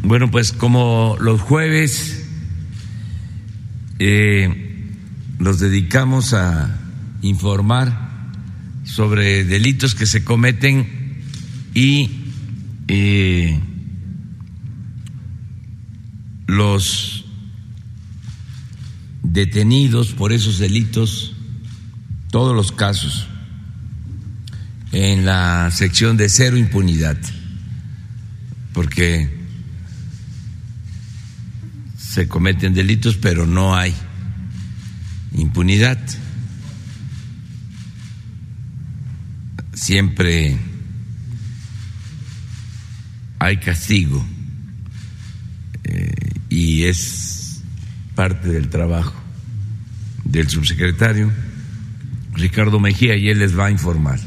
Bueno, pues como los jueves los dedicamos a informar sobre delitos que se cometen y los detenidos por esos delitos, todos los casos, en la sección de cero impunidad, porque se cometen delitos pero no hay impunidad. Siempre hay castigo y es parte del trabajo del subsecretario Ricardo Mejía y él les va a informar.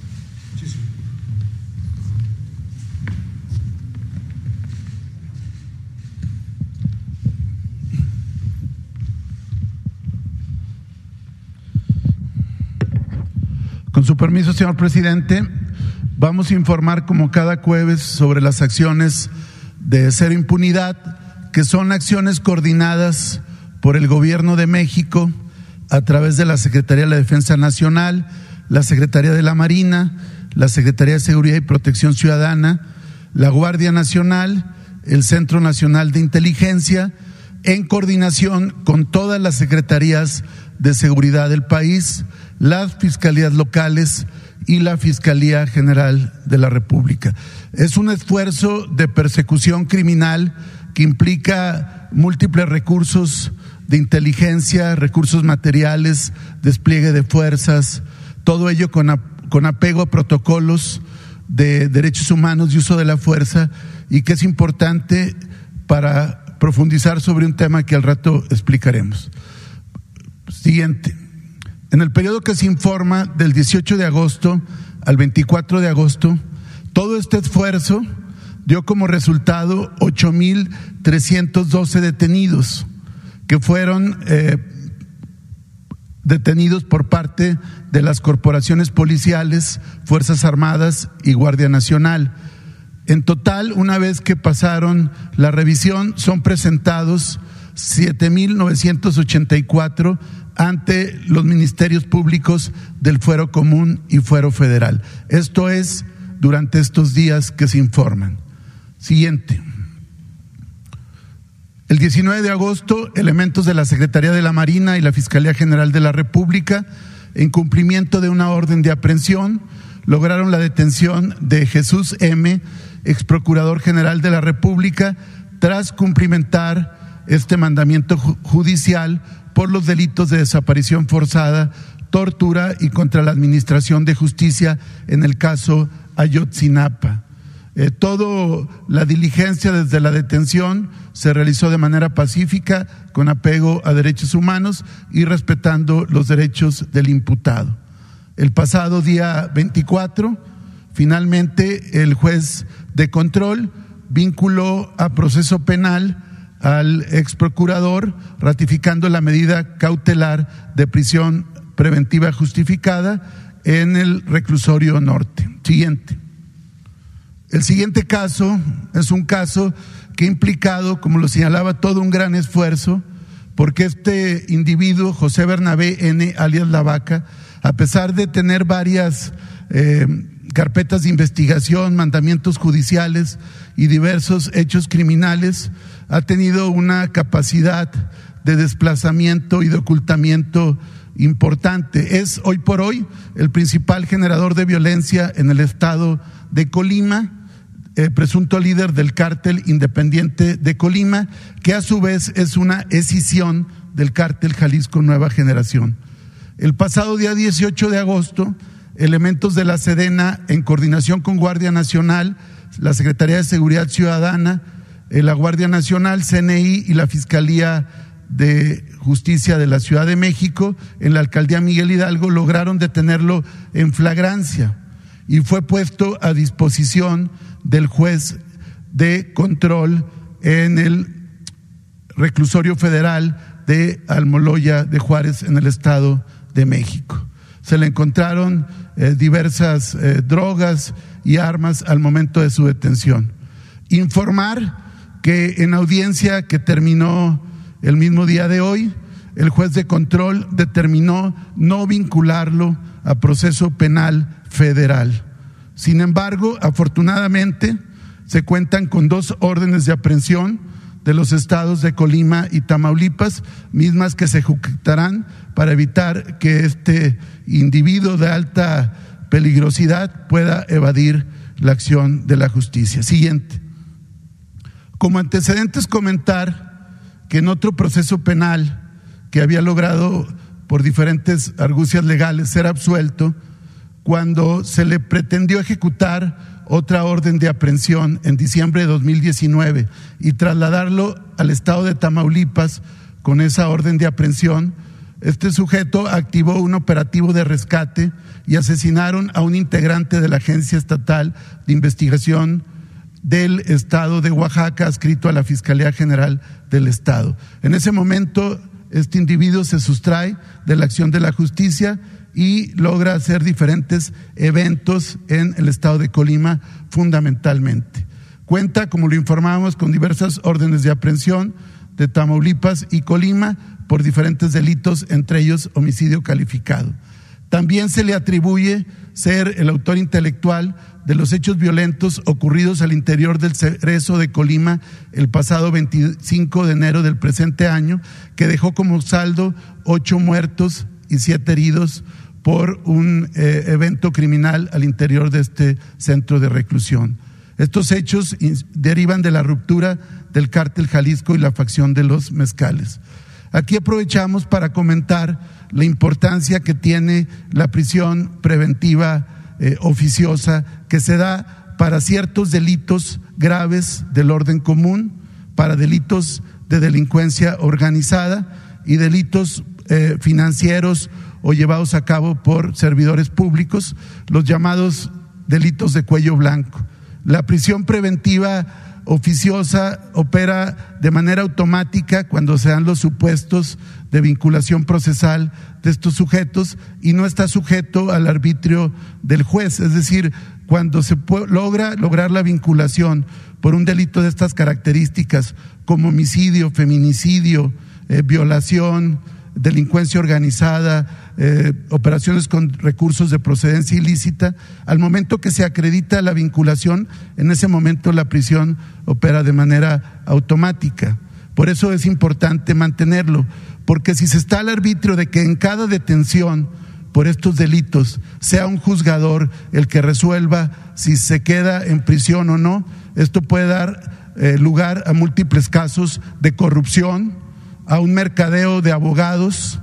Con su permiso, señor presidente, vamos a informar como cada jueves sobre las acciones de cero impunidad, que son acciones coordinadas por el Gobierno de México a través de la Secretaría de la Defensa Nacional, la Secretaría de la Marina, la Secretaría de Seguridad y Protección Ciudadana, la Guardia Nacional, el Centro Nacional de Inteligencia, en coordinación con todas las secretarías de seguridad del país, las fiscalías locales y la Fiscalía General de la República. Es un esfuerzo de persecución criminal que implica múltiples recursos de inteligencia, recursos materiales, despliegue de fuerzas, todo ello con apego a protocolos de derechos humanos y uso de la fuerza, y que es importante para profundizar sobre un tema que al rato explicaremos. Siguiente. En el periodo que se informa del 18 de agosto al 24 de agosto, todo este esfuerzo dio como resultado 8,312 detenidos, que fueron detenidos por parte de las corporaciones policiales, Fuerzas Armadas y Guardia Nacional. En total, una vez que pasaron la revisión, son presentados 7,984 ante los ministerios públicos del Fuero Común y Fuero Federal. Esto es durante estos días que se informan. Siguiente. El 19 de agosto, elementos de la Secretaría de la Marina y la Fiscalía General de la República, en cumplimiento de una orden de aprehensión, lograron la detención de Jesús M., ex procurador general de la República, tras cumplimentar este mandamiento judicial por los delitos de desaparición forzada, tortura y contra la administración de justicia en el caso Ayotzinapa. Toda la diligencia desde la detención se realizó de manera pacífica, con apego a derechos humanos y respetando los derechos del imputado. El pasado día 24, finalmente el juez de control vinculó a proceso penal al ex procurador, ratificando la medida cautelar de prisión preventiva justificada en el reclusorio norte. Siguiente. El siguiente caso es un caso que ha implicado, como lo señalaba, todo un gran esfuerzo, porque este individuo, José Bernabé N., alias La Vaca, a pesar de tener varias carpetas de investigación, mandamientos judiciales y diversos hechos criminales, ha tenido una capacidad de desplazamiento y de ocultamiento importante. Es hoy por hoy el principal generador de violencia en el estado de Colima, presunto líder del cártel independiente de Colima, que a su vez es una escisión del cártel Jalisco Nueva Generación. El pasado día 18 de agosto, elementos de la Sedena, en coordinación con Guardia Nacional, la Secretaría de Seguridad Ciudadana, la Guardia Nacional, CNI y la Fiscalía de Justicia de la Ciudad de México, en la Alcaldía Miguel Hidalgo, lograron detenerlo en flagrancia y fue puesto a disposición del juez de control en el reclusorio federal de Almoloya de Juárez, en el Estado de México. Se le encontraron diversas drogas y armas al momento de su detención. Informar que en audiencia que terminó el mismo día de hoy, el juez de control determinó no vincularlo a proceso penal federal. Sin embargo, afortunadamente, se cuentan con 2 órdenes de aprehensión de los estados de Colima y Tamaulipas, mismas que se ejecutarán para evitar que este individuo de alta peligrosidad pueda evadir la acción de la justicia. Siguiente. Como antecedentes, comentar que en otro proceso penal que había logrado por diferentes argucias legales ser absuelto, cuando se le pretendió ejecutar otra orden de aprehensión en diciembre de 2019 y trasladarlo al estado de Tamaulipas con esa orden de aprehensión, este sujeto activó un operativo de rescate y asesinaron a un integrante de la Agencia Estatal de Investigación del Estado de Oaxaca, adscrito a la Fiscalía General del Estado. En ese momento, este individuo se sustrae de la acción de la justicia y logra hacer diferentes eventos en el estado de Colima, fundamentalmente. Cuenta, como lo informábamos, con diversas órdenes de aprehensión de Tamaulipas y Colima por diferentes delitos, entre ellos homicidio calificado. También se le atribuye ser el autor intelectual de los hechos violentos ocurridos al interior del Cerezo de Colima el pasado 25 de enero del presente año, que dejó como saldo 8 muertos y 7 heridos por un evento criminal al interior de este centro de reclusión. Estos hechos derivan de la ruptura del cártel Jalisco y la facción de los mezcales. Aquí aprovechamos para comentar la importancia que tiene la prisión preventiva oficiosa, que se da para ciertos delitos graves del orden común, para delitos de delincuencia organizada y delitos financieros o llevados a cabo por servidores públicos, los llamados delitos de cuello blanco. La prisión preventiva oficiosa opera de manera automática cuando se dan los supuestos de vinculación procesal de estos sujetos y no está sujeto al arbitrio del juez, es decir, cuando se lograr la vinculación por un delito de estas características como homicidio, feminicidio, violación, delincuencia organizada, operaciones con recursos de procedencia ilícita, al momento que se acredita la vinculación, en ese momento la prisión opera de manera automática. Por eso es importante mantenerlo, porque si se está al arbitrio de que en cada detención por estos delitos sea un juzgador el que resuelva si se queda en prisión o no, esto puede dar lugar a múltiples casos de corrupción, a un mercadeo de abogados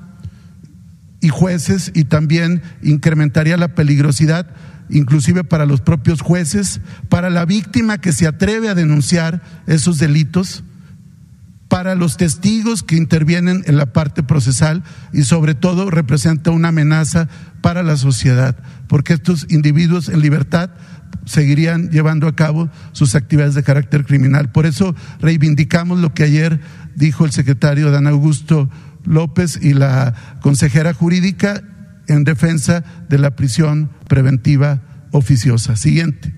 y jueces, y también incrementaría la peligrosidad inclusive para los propios jueces, para la víctima que se atreve a denunciar esos delitos, para los testigos que intervienen en la parte procesal y sobre todo representa una amenaza para la sociedad, porque estos individuos en libertad seguirían llevando a cabo sus actividades de carácter criminal. Por eso reivindicamos lo que ayer dijo el secretario Dan Augusto López y la consejera jurídica en defensa de la prisión preventiva oficiosa. Siguiente.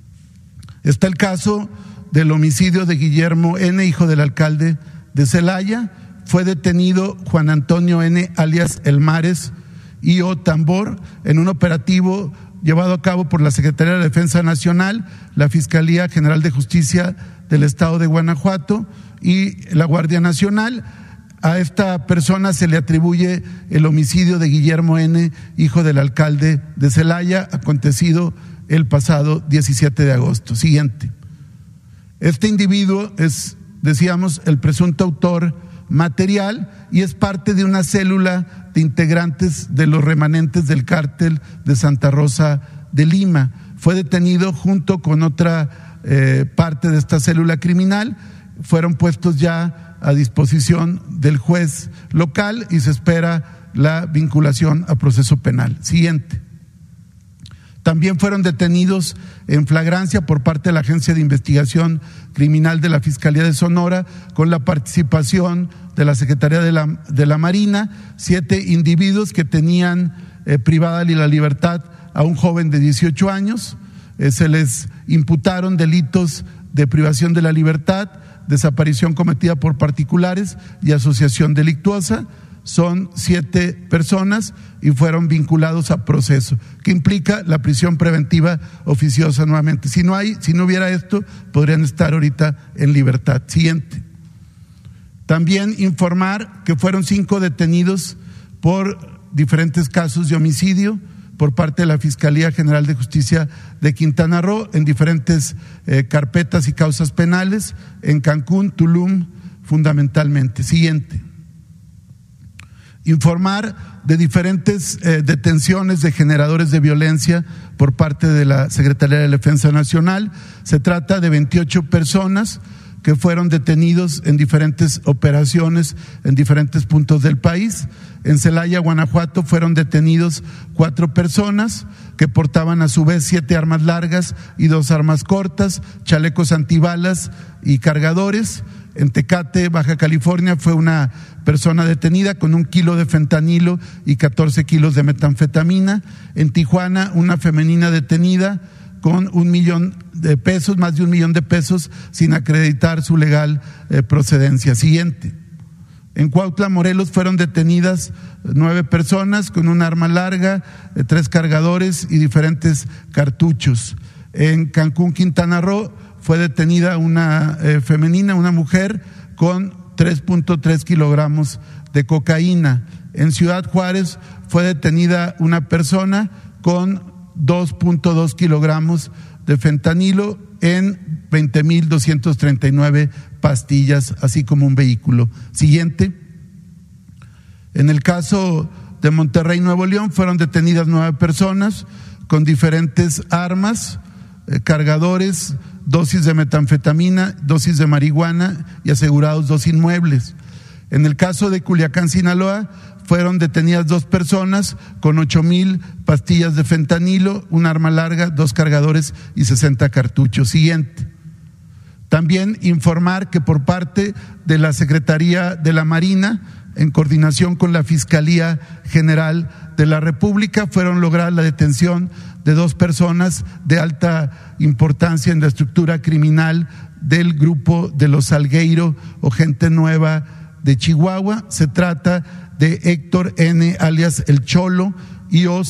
Está el caso del homicidio de Guillermo N., hijo del alcalde de Celaya. Fue detenido Juan Antonio N., alias El Mares y O Tambor, en un operativo llevado a cabo por la Secretaría de Defensa Nacional, la Fiscalía General de Justicia del Estado de Guanajuato y la Guardia Nacional. A esta persona se le atribuye el homicidio de Guillermo N., hijo del alcalde de Celaya, acontecido el pasado 17 de agosto. Siguiente. Este individuo es, decíamos, el presunto autor material y es parte de una célula de integrantes de los remanentes del cártel de Santa Rosa de Lima. Fue detenido junto con otra parte de esta célula criminal. Fueron puestos ya a disposición del juez local y se espera la vinculación a proceso penal. Siguiente. También fueron detenidos en flagrancia por parte de la Agencia de Investigación Criminal de la Fiscalía de Sonora, con la participación de la Secretaría de la Marina, 7 individuos que tenían privada la libertad a un joven de 18 años. Se les imputaron delitos de privación de la libertad, desaparición cometida por particulares y asociación delictuosa. Son 7 personas y fueron vinculados a proceso, que implica la prisión preventiva oficiosa nuevamente. Si no hubiera esto, podrían estar ahorita en libertad. Siguiente. También informar que fueron 5 detenidos por diferentes casos de homicidio por parte de la Fiscalía General de Justicia de Quintana Roo en diferentes carpetas y causas penales en Cancún, Tulum, fundamentalmente. Siguiente. Informar de diferentes detenciones de generadores de violencia por parte de la Secretaría de la Defensa Nacional. Se trata de 28 personas que fueron detenidos en diferentes operaciones en diferentes puntos del país. En Celaya, Guanajuato, fueron detenidos 4 personas que portaban a su vez 7 armas largas y 2 armas cortas, chalecos antibalas y cargadores. En Tecate, Baja California, fue una persona detenida con 1 kilo de fentanilo y 14 kilos de metanfetamina. En Tijuana, una femenina detenida con $1 millón, más de $1 millón, sin acreditar su legal procedencia. Siguiente. En Cuautla, Morelos, fueron detenidas 9 personas con un arma larga, 3 cargadores y diferentes cartuchos. En Cancún, Quintana Roo, fue detenida una femenina, una mujer, con 3.3 kilogramos de cocaína. En Ciudad Juárez fue detenida una persona con 2.2 kilogramos de fentanilo en 20.239 pastillas, así como un vehículo. Siguiente. En el caso de Monterrey, Nuevo León, fueron detenidas 9 personas con diferentes armas, cargadores, dosis de metanfetamina, dosis de marihuana y asegurados 2 inmuebles. En el caso de Culiacán, Sinaloa, fueron detenidas 2 personas con 8,000 pastillas de fentanilo, un arma larga, 2 cargadores y 60 cartuchos. Siguiente. También informar que por parte de la Secretaría de la Marina, en coordinación con la Fiscalía General de la República, fueron logradas la detención de 2 personas de alta importancia en la estructura criminal del grupo de los Salgueiro o Gente Nueva de Chihuahua. Se trata de Héctor N., alias El Cholo, IO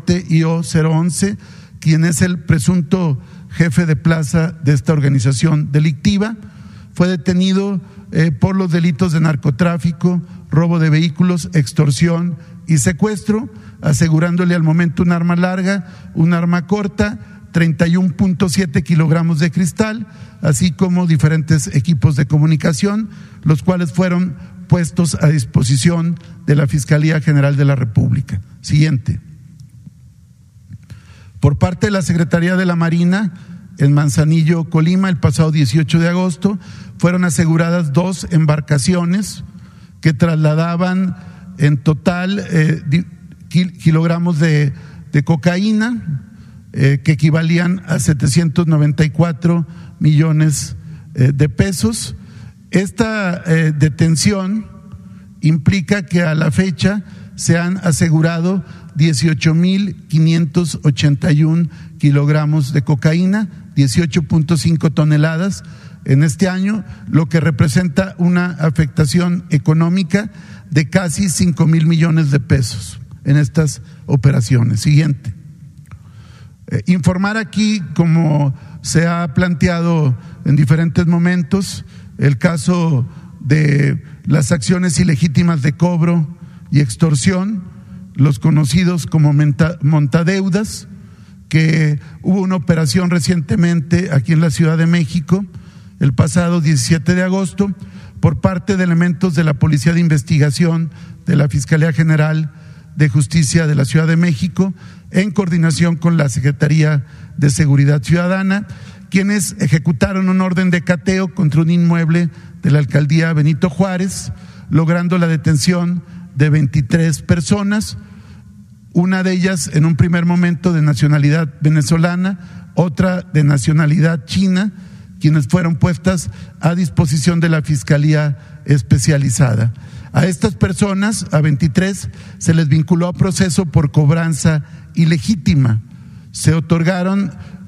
011, quien es el presunto jefe de plaza de esta organización delictiva. Fue detenido por los delitos de narcotráfico, robo de vehículos, extorsión y secuestro, asegurándole al momento un arma larga, un arma corta, 31.7 kilogramos de cristal, así como diferentes equipos de comunicación, los cuales fueron puestos a disposición de la Fiscalía General de la República. Siguiente. Por parte de la Secretaría de la Marina, en Manzanillo, Colima, el pasado 18 de agosto, fueron aseguradas 2 embarcaciones que trasladaban en total kilogramos de cocaína, que equivalían a 794 millones de pesos. Esta detención implica que a la fecha se han asegurado 18.581 kilogramos de cocaína, 18.5 toneladas en este año, lo que representa una afectación económica de casi 5,000 millones de pesos en estas operaciones. Siguiente. Informar aquí, como se ha planteado en diferentes momentos, el caso de las acciones ilegítimas de cobro y extorsión, los conocidos como montadeudas, que hubo una operación recientemente aquí en la Ciudad de México, el pasado 17 de agosto, por parte de elementos de la Policía de Investigación de la Fiscalía General de Justicia de la Ciudad de México, en coordinación con la Secretaría de Seguridad Ciudadana, quienes ejecutaron un orden de cateo contra un inmueble de la alcaldía Benito Juárez, logrando la detención de 23 personas, una de ellas en un primer momento de nacionalidad venezolana, otra de nacionalidad china, quienes fueron puestas a disposición de la Fiscalía Especializada. A estas personas, a 23, se les vinculó a proceso por cobranza ilegítima. Se otorgaron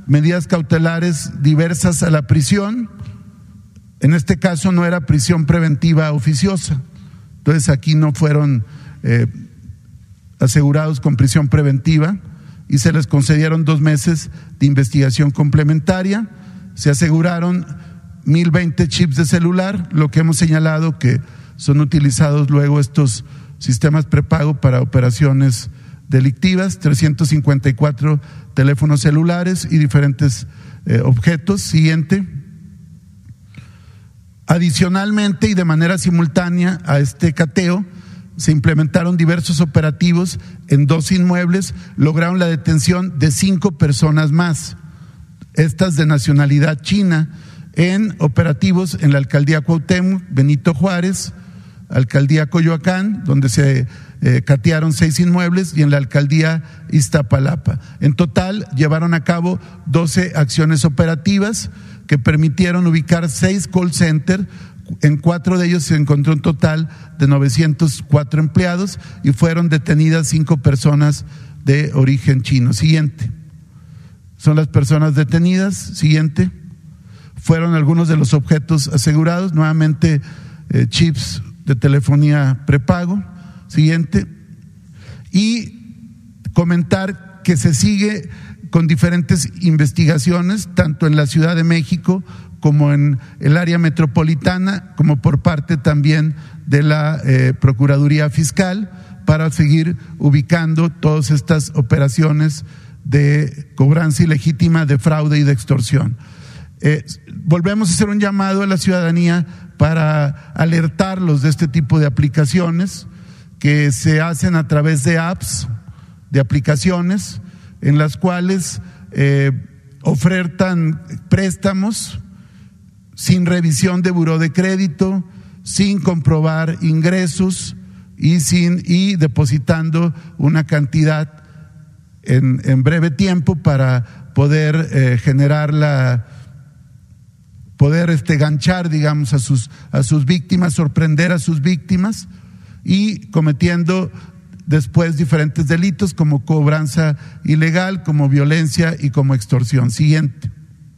medidas cautelares diversas a la prisión. En este caso no era prisión preventiva oficiosa, entonces aquí no fueron asegurados con prisión preventiva y se les concedieron 2 meses de investigación complementaria. Se aseguraron 1,020 chips de celular, lo que hemos señalado que son utilizados luego estos sistemas prepago para operaciones delictivas, 354 teléfonos celulares y diferentes objetos. Siguiente. Adicionalmente y de manera simultánea a este cateo, se implementaron diversos operativos en 2 inmuebles, lograron la detención de 5 personas más, estas de nacionalidad china, en operativos en la alcaldía Cuauhtémoc, Benito Juárez, alcaldía Coyoacán, donde se catearon 6 inmuebles, y en la alcaldía Iztapalapa. En total llevaron a cabo 12 acciones operativas que permitieron ubicar 6 call centers. En 4 de ellos se encontró un total de 904 empleados y fueron detenidas 5 personas de origen chino. Siguiente. Son las personas detenidas. Siguiente. Fueron algunos de los objetos asegurados, nuevamente chips de telefonía prepago. Siguiente. Y comentar que se sigue con diferentes investigaciones, tanto en la Ciudad de México como en el área metropolitana, como por parte también de la Procuraduría Fiscal, para seguir ubicando todas estas operaciones de cobranza ilegítima, de fraude y de extorsión. Volvemos a hacer un llamado a la ciudadanía para alertarlos de este tipo de aplicaciones que se hacen a través de apps, de aplicaciones, en las cuales ofertan préstamos sin revisión de buró de crédito, sin comprobar ingresos y depositando una cantidad en breve tiempo para poder poder ganchar, digamos, a sus víctimas, sorprender a sus víctimas, y cometiendo después diferentes delitos como cobranza ilegal, como violencia y como extorsión. Siguiente.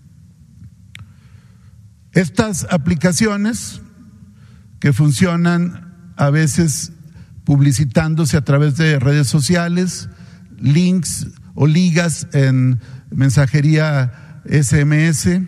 Estas aplicaciones que funcionan a veces publicitándose a través de redes sociales, links o ligas en mensajería SMS,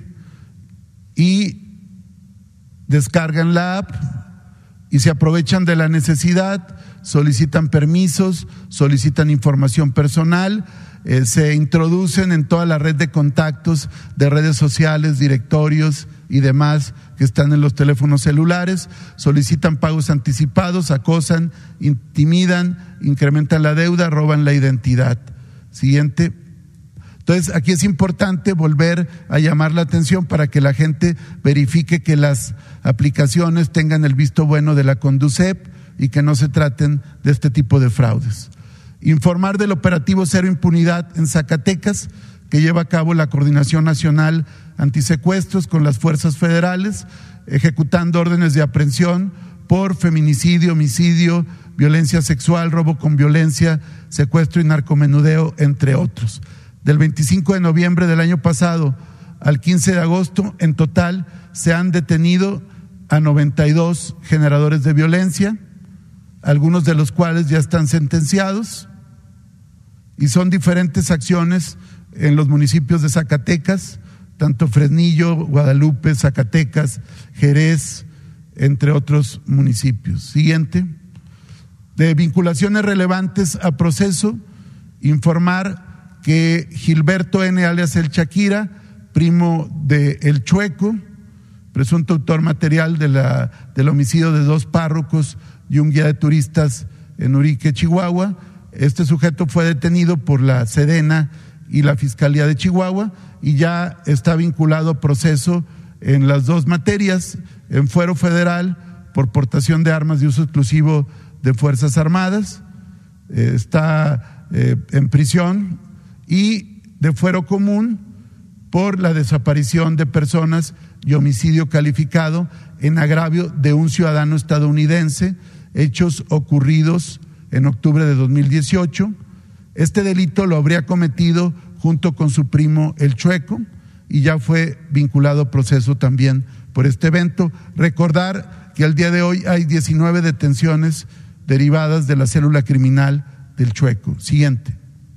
y descargan la app y se aprovechan de la necesidad, solicitan permisos, solicitan información personal, se introducen en toda la red de contactos de redes sociales, directorios y demás que están en los teléfonos celulares, solicitan pagos anticipados, acosan, intimidan, incrementan la deuda, roban la identidad. Siguiente. Entonces, aquí es importante volver a llamar la atención para que la gente verifique que las aplicaciones tengan el visto bueno de la Conducep y que no se traten de este tipo de fraudes. Informar del operativo Cero Impunidad en Zacatecas, que lleva a cabo la Coordinación Nacional Antisecuestros con las fuerzas federales, ejecutando órdenes de aprehensión por feminicidio, homicidio, violencia sexual, robo con violencia, secuestro y narcomenudeo, entre otros. Del 25 de noviembre del año pasado al 15 de agosto, en total se han detenido a 92 generadores de violencia, algunos de los cuales ya están sentenciados, y son diferentes acciones en los municipios de Zacatecas, tanto Fresnillo, Guadalupe, Zacatecas, Jerez, entre otros municipios. Siguiente. De vinculaciones relevantes a proceso, informar que Gilberto N., alias El Shakira, primo de El Chueco, presunto autor material del homicidio de 2 párrocos y un guía de turistas en Urique, Chihuahua. Este sujeto fue detenido por la Sedena y la Fiscalía de Chihuahua y ya está vinculado a proceso en las 2 materias, en fuero federal por portación de armas de uso exclusivo de Fuerzas Armadas, está en prisión, y de fuero común por la desaparición de personas y homicidio calificado en agravio de un ciudadano estadounidense, hechos ocurridos en octubre de 2018. Este delito lo habría cometido junto con su primo El Chueco, y ya fue vinculado a proceso también por este evento. Recordar que al día de hoy hay 19 detenciones derivadas de la célula criminal del Chueco. Siguiente.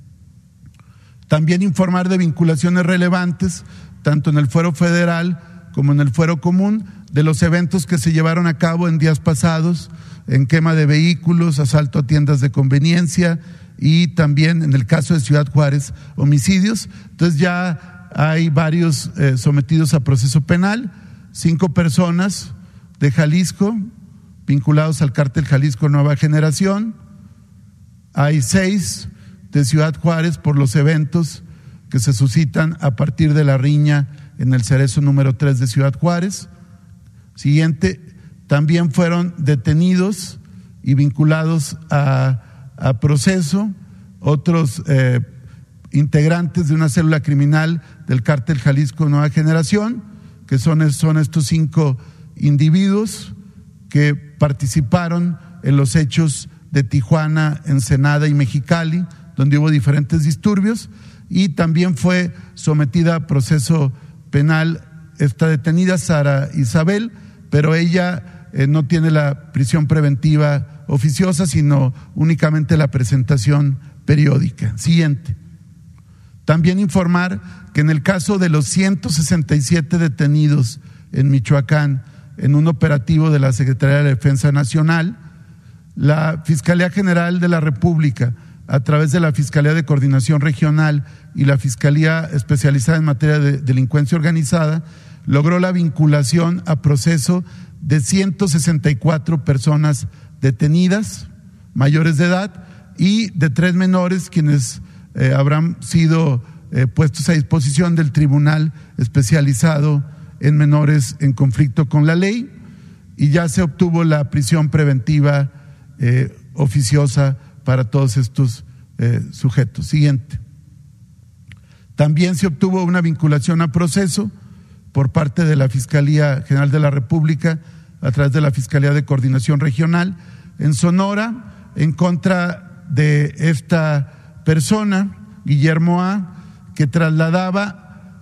También informar de vinculaciones relevantes, tanto en el fuero federal como en el fuero común, de los eventos que se llevaron a cabo en días pasados, en quema de vehículos, asalto a tiendas de conveniencia y también en el caso de Ciudad Juárez, homicidios. Entonces ya hay varios sometidos a proceso penal, 5 personas de Jalisco vinculados al cártel Jalisco Nueva Generación, hay 6 de Ciudad Juárez por los eventos que se suscitan a partir de la riña en el Cerezo número 3 de Ciudad Juárez. Siguiente, también fueron detenidos y vinculados a proceso otros integrantes de una célula criminal del cártel Jalisco Nueva Generación, que son estos 5 individuos que participaron en los hechos de Tijuana, Ensenada y Mexicali, donde hubo diferentes disturbios, y también fue sometida a proceso penal esta detenida Sara Isabel, pero ella no tiene la prisión preventiva oficiosa, sino únicamente la presentación periódica. Siguiente. También informar que en el caso de los 167 detenidos en Michoacán en un operativo de la Secretaría de la Defensa Nacional, la Fiscalía General de la República, a través de la Fiscalía de Coordinación Regional y la Fiscalía Especializada en Materia de Delincuencia Organizada, logró la vinculación a proceso de 164 personas detenidas, mayores de edad, y de 3 menores, quienes habrán sido puestos a disposición del Tribunal Especializado en Menores en Conflicto con la Ley, y ya se obtuvo la prisión preventiva oficiosa para todos estos sujetos. Siguiente. También se obtuvo una vinculación a proceso por parte de la Fiscalía General de la República a través de la Fiscalía de Coordinación Regional en Sonora en contra de esta persona, Guillermo A., que trasladaba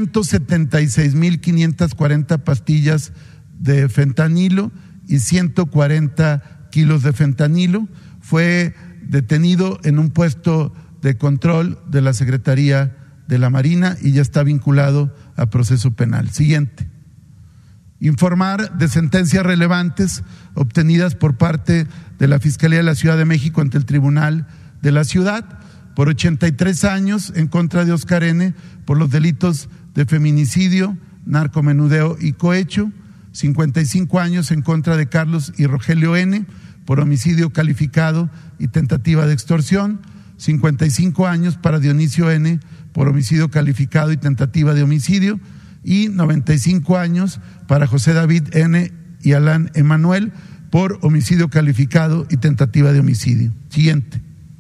176,540 pastillas de fentanilo y 140 kilos de fentanilo. Fue detenido en un puesto de control de la Secretaría de la Marina y ya está vinculado a proceso penal. Siguiente. Informar de sentencias relevantes obtenidas por parte de la Fiscalía de la Ciudad de México ante el Tribunal de la Ciudad por 83 años en contra de Oscar N. por los delitos de feminicidio, narcomenudeo y cohecho, 55 años en contra de Carlos y Rogelio N. por homicidio calificado y tentativa de extorsión, 55 años para Dionisio N. por homicidio calificado y tentativa de homicidio, y 95 años para José David N. y Alan Emanuel por homicidio calificado y tentativa de homicidio. Siguiente.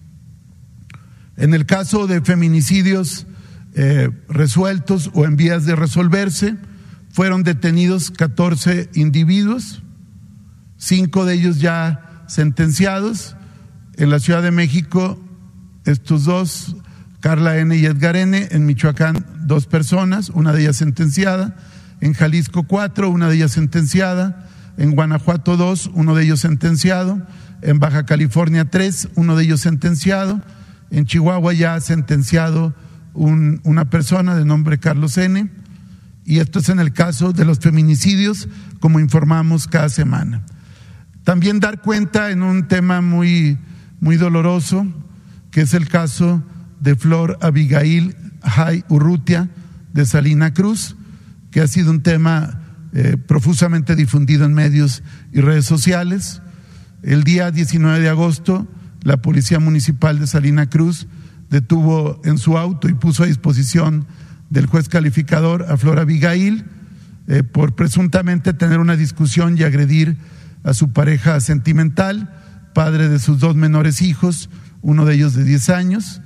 En el caso de feminicidios resueltos o en vías de resolverse, fueron detenidos 14 individuos, 5 de ellos ya sentenciados. En la Ciudad de México, estos 2, Carla N. y Edgar N. En Michoacán, 2 personas, una de ellas sentenciada. En Jalisco, 4, una de ellas sentenciada. En Guanajuato, 2, uno de ellos sentenciado. En Baja California, 3, uno de ellos sentenciado. En Chihuahua ya ha sentenciado una persona de nombre Carlos N. Y esto es en el caso de los feminicidios, como informamos cada semana. También dar cuenta en un tema muy, muy doloroso, que es el caso de Flor Abigail Jai Urrutia de Salina Cruz, que ha sido un tema profusamente difundido en medios y redes sociales. El día 19 de agosto, la Policía Municipal de Salina Cruz detuvo en su auto y puso a disposición del juez calificador a Flor Abigail por presuntamente tener una discusión y agredir a su pareja sentimental, padre de sus 2 menores hijos, uno de ellos de 10 años.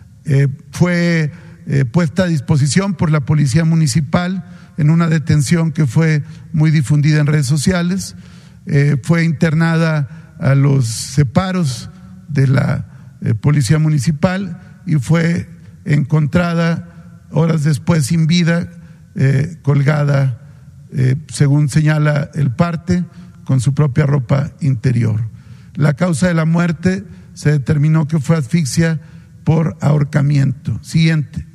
Fue puesta a disposición por la Policía Municipal en una detención que fue muy difundida en redes sociales. Fue internada a los separos de la Policía Municipal y fue encontrada horas después sin vida, colgada, según señala el parte, con su propia ropa interior. La causa de la muerte se determinó que fue asfixia por ahorcamiento. Siguiente.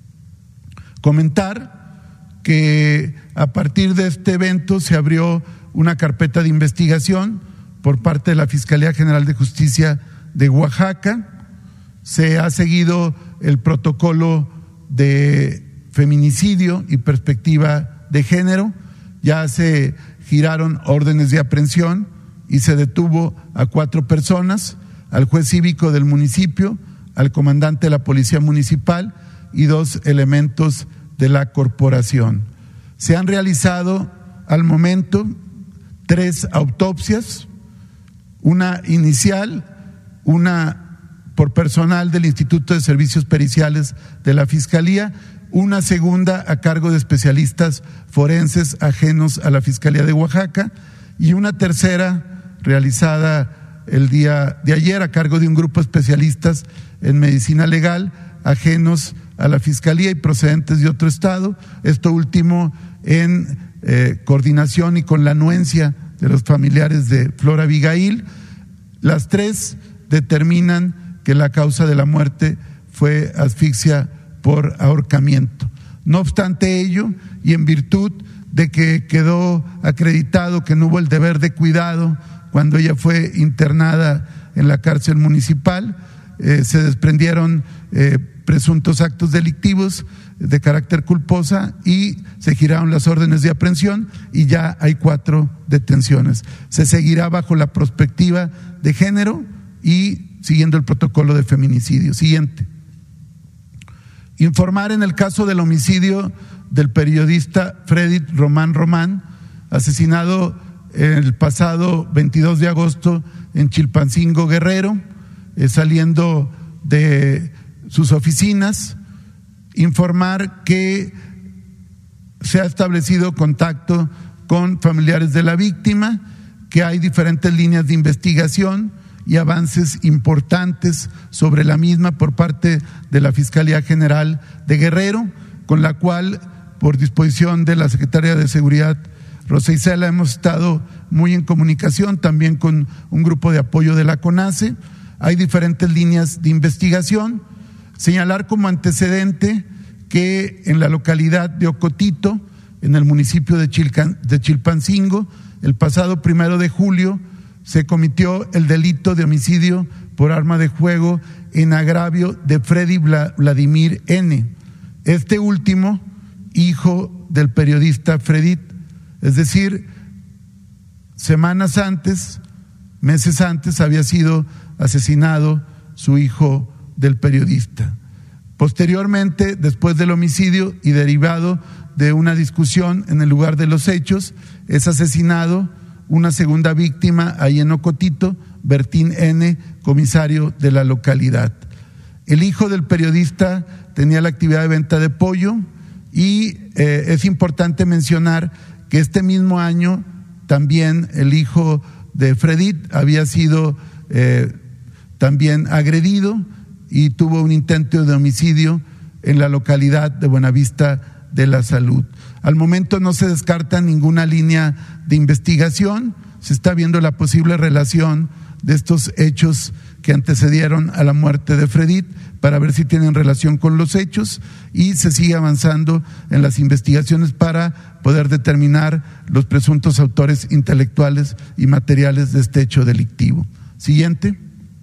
Comentar que a partir de este evento se abrió una carpeta de investigación por parte de la Fiscalía General de Justicia de Oaxaca. Se ha seguido el protocolo de feminicidio y perspectiva de género. Ya se giraron órdenes de aprehensión y se detuvo a 4 personas, al juez cívico del municipio, al comandante de la Policía Municipal y 2 elementos de la corporación. Se han realizado al momento 3 autopsias, una inicial, una por personal del Instituto de Servicios Periciales de la Fiscalía, una segunda a cargo de especialistas forenses ajenos a la Fiscalía de Oaxaca y una tercera realizada el día de ayer a cargo de un grupo de especialistas en medicina legal ajenos a la Fiscalía y procedentes de otro estado, esto último en coordinación y con la anuencia de los familiares de Flor Abigail. Las 3 determinan que la causa de la muerte fue asfixia por ahorcamiento. No obstante ello, y en virtud de que quedó acreditado que no hubo el deber de cuidado cuando ella fue internada en la cárcel municipal, se desprendieron presuntos actos delictivos de carácter culposa y se giraron las órdenes de aprehensión y ya hay 4 detenciones. Se seguirá bajo la perspectiva de género y siguiendo el protocolo de feminicidio. Siguiente. Informar en el caso del homicidio del periodista Freddy Román, asesinado el pasado 22 de agosto en Chilpancingo, Guerrero, saliendo de sus oficinas. Informar que se ha establecido contacto con familiares de la víctima, que hay diferentes líneas de investigación y avances importantes sobre la misma por parte de la Fiscalía General de Guerrero, con la cual, por disposición de la Secretaría de Seguridad Rosa Isela, hemos estado muy en comunicación también con un grupo de apoyo de la CONACE. Hay diferentes líneas de investigación. Señalar como antecedente que en la localidad de Ocotito, en el municipio de Chilpancingo, el pasado 1 de julio se cometió el delito de homicidio por arma de fuego en agravio de Freddy Vladimir N., este último hijo del periodista Freddy, es decir, semanas antes, meses antes, había sido asesinado su hijo del periodista. Posteriormente, después del homicidio y derivado de una discusión en el lugar de los hechos, es asesinado una segunda víctima ahí en Ocotito, Bertín N., comisario de la localidad. El hijo del periodista tenía la actividad de venta de pollo y es importante mencionar que este mismo año también el hijo de Freddy había sido también agredido y tuvo un intento de homicidio en la localidad de Buenavista de la Salud. Al momento no se descarta ninguna línea de investigación, se está viendo la posible relación de estos hechos que antecedieron a la muerte de Freddy para ver si tienen relación con los hechos y se sigue avanzando en las investigaciones para poder determinar los presuntos autores intelectuales y materiales de este hecho delictivo. Siguiente.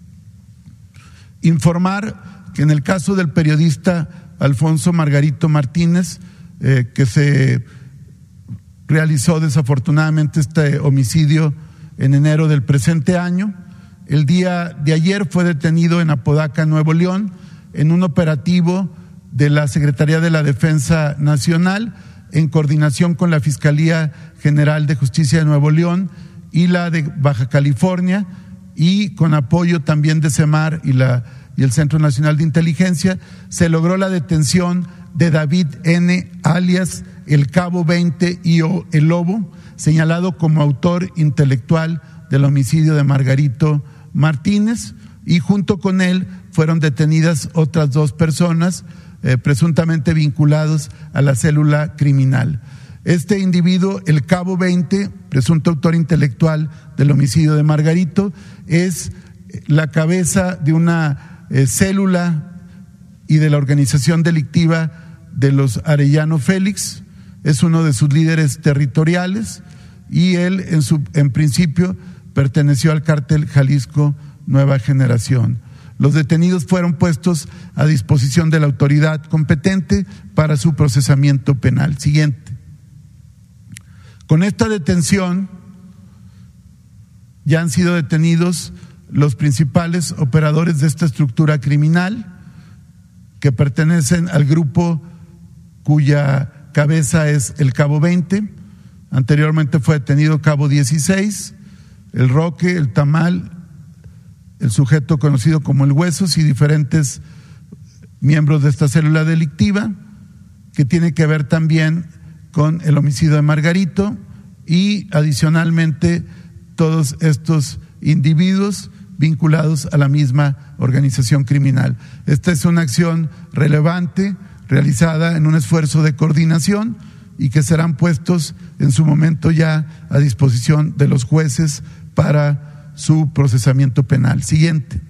Informar que en el caso del periodista Alfonso Margarito Martínez, que se realizó desafortunadamente este homicidio en enero del presente año, el día de ayer fue detenido en Apodaca, Nuevo León, en un operativo de la Secretaría de la Defensa Nacional en coordinación con la Fiscalía General de Justicia de Nuevo León y la de Baja California y con apoyo también de CEMAR y el Centro Nacional de Inteligencia. Se logró la detención de David N., alias el Cabo 20 y o el Lobo, señalado como autor intelectual del homicidio de Margarito Martínez, y junto con él fueron detenidas otras 2 personas presuntamente vinculados a la célula criminal. Este individuo, el Cabo 20, presunto autor intelectual del homicidio de Margarito, es la cabeza de una célula y de la organización delictiva de los Arellano Félix, es uno de sus líderes territoriales y él en principio perteneció al cártel Jalisco Nueva Generación. Los detenidos fueron puestos a disposición de la autoridad competente para su procesamiento penal. Siguiente. Con esta detención ya han sido detenidos los principales operadores de esta estructura criminal que pertenecen al grupo cuya cabeza es el Cabo 20. Anteriormente fue detenido Cabo 16, el Roque, el Tamal, el sujeto conocido como el Huesos y diferentes miembros de esta célula delictiva que tiene que ver también con el homicidio de Margarito y adicionalmente todos estos individuos vinculados a la misma organización criminal. Esta es una acción relevante realizada en un esfuerzo de coordinación y que serán puestos en su momento ya a disposición de los jueces para su procesamiento penal. Siguiente.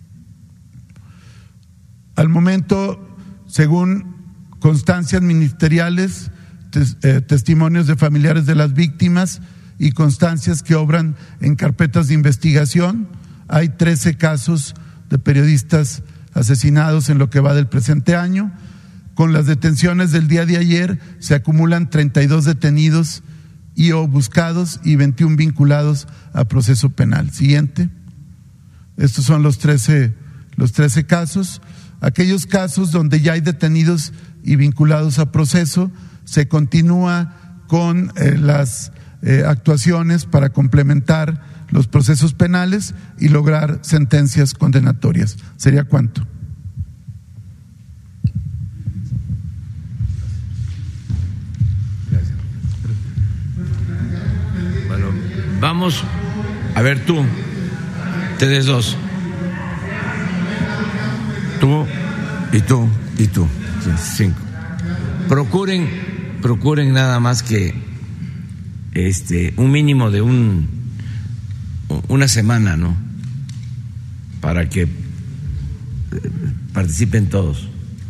Al momento, según constancias ministeriales, testimonios de familiares de las víctimas y constancias que obran en carpetas de investigación, hay 13 casos de periodistas asesinados en lo que va del presente año. Con las detenciones del día de ayer se acumulan 32 detenidos y o buscados y 21 vinculados a proceso penal. Siguiente. Estos son los 13 casos. Aquellos casos donde ya hay detenidos y vinculados a proceso, se continúa con las actuaciones para complementar los procesos penales y lograr sentencias condenatorias. ¿Sería cuánto? Bueno, vamos a ver tú, ustedes dos. Tú y tú y tú. 5. Procuren nada más que un mínimo de una semana, ¿no? Para que participen todos.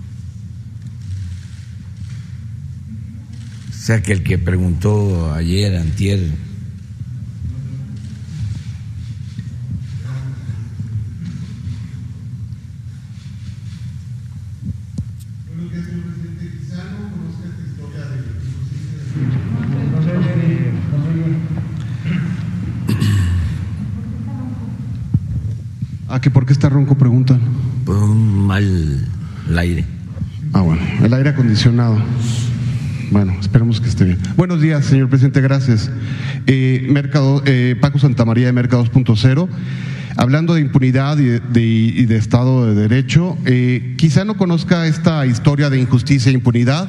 O sea, que el que preguntó ayer, antier, ¿Que por qué está ronco? Preguntan. por un mal aire. Bueno, el aire acondicionado. Bueno, esperemos que esté bien. Buenos días, señor presidente, gracias. Paco Santamaría de Merca 2.0. Hablando de impunidad y de Estado de Derecho, quizá no conozca esta historia de injusticia e impunidad.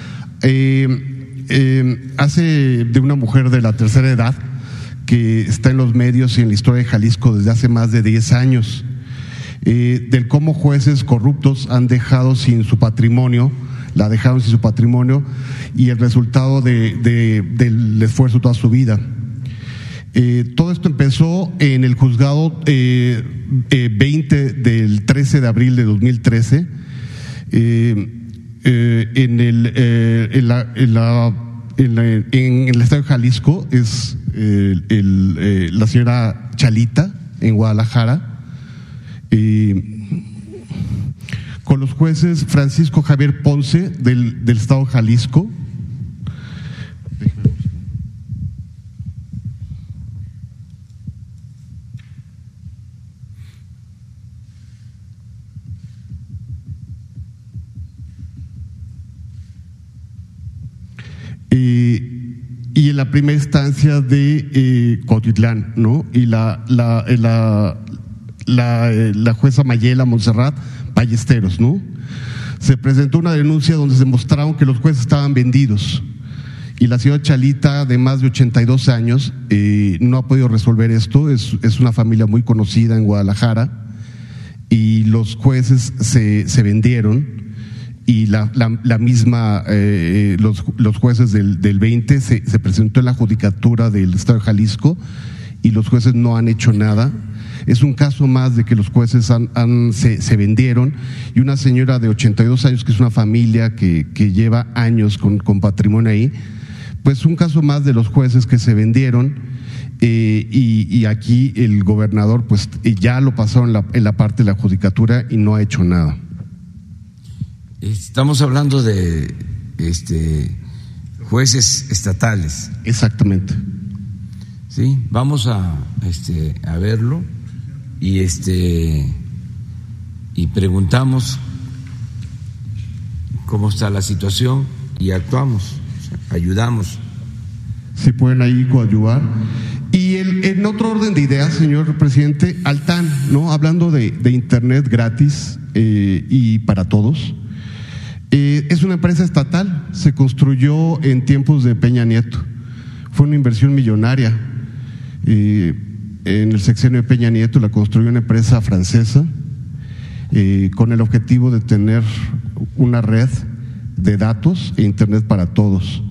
Hace de una mujer de la tercera edad que está en los medios y en la historia de Jalisco desde hace más de 10 años, del cómo jueces corruptos han dejado sin su patrimonio, la dejaron sin su patrimonio y el resultado del esfuerzo toda su vida. Todo esto empezó en el juzgado 20 del 13 de abril de 2013, en el estado de Jalisco, es la señora Chalita, en Guadalajara, con los jueces Francisco Javier Ponce del estado de Jalisco, y en la primera instancia de Cuautitlán, ¿no? Y la jueza Mayela Montserrat Ballesteros, ¿no? Se presentó una denuncia donde se demostraron que los jueces estaban vendidos y la señora Chalita, de más de 82 años, no ha podido resolver esto. Es una familia muy conocida en Guadalajara y los jueces se vendieron, y la misma, los jueces del 20 se presentó en la judicatura del Estado de Jalisco y los jueces no han hecho nada. Es un caso más de que los jueces se vendieron, y una señora de 82 años, que es una familia que lleva años con patrimonio ahí, pues un caso más de los jueces que se vendieron, y aquí el gobernador pues ya lo pasó en la parte de la judicatura y no ha hecho nada. Estamos hablando de jueces estatales. Exactamente. Sí, vamos a verlo y y preguntamos cómo está la situación y actuamos, o sea, ayudamos. Si pueden ahí coadyuvar. Y en otro orden de ideas, señor presidente, Altán, ¿no? Hablando de internet gratis y para todos. Es una empresa estatal, se construyó en tiempos de Peña Nieto, fue una inversión millonaria. En el sexenio de Peña Nieto la construyó una empresa francesa con el objetivo de tener una red de datos e internet para todos.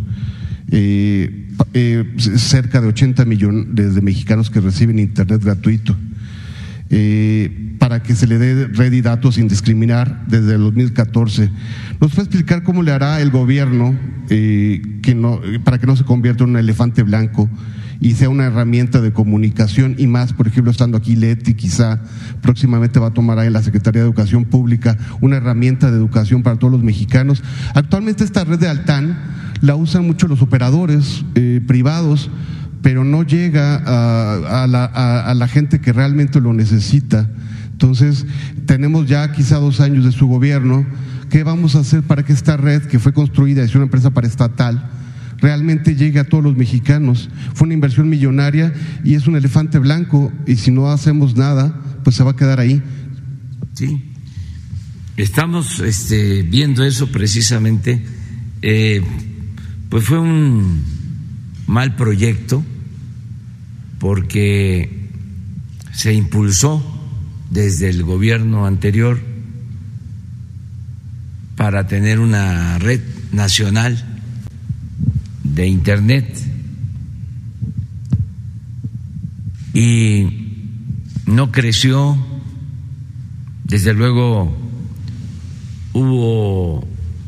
Cerca de 80 millones de mexicanos que reciben internet gratuito, para que se le dé red y datos sin discriminar desde el 2014. ¿Nos puede explicar cómo le hará el gobierno para que no se convierta en un elefante blanco y sea una herramienta de comunicación, y más, por ejemplo, estando aquí Leti, quizá próximamente va a tomar ahí la Secretaría de Educación Pública, una herramienta de educación para todos los mexicanos? Actualmente esta red de Altán la usan mucho los operadores privados, pero no llega a la gente que realmente lo necesita. Entonces, tenemos ya quizá 2 años de su gobierno. ¿Qué vamos a hacer para que esta red, que fue construida, es una empresa paraestatal, realmente llegue a todos los mexicanos? Fue una inversión millonaria y es un elefante blanco, y si no hacemos nada, pues se va a quedar ahí. Sí, estamos viendo eso precisamente. Pues fue un mal proyecto porque se impulsó desde el gobierno anterior para tener una red nacional de internet, y no creció. Desde luego hubo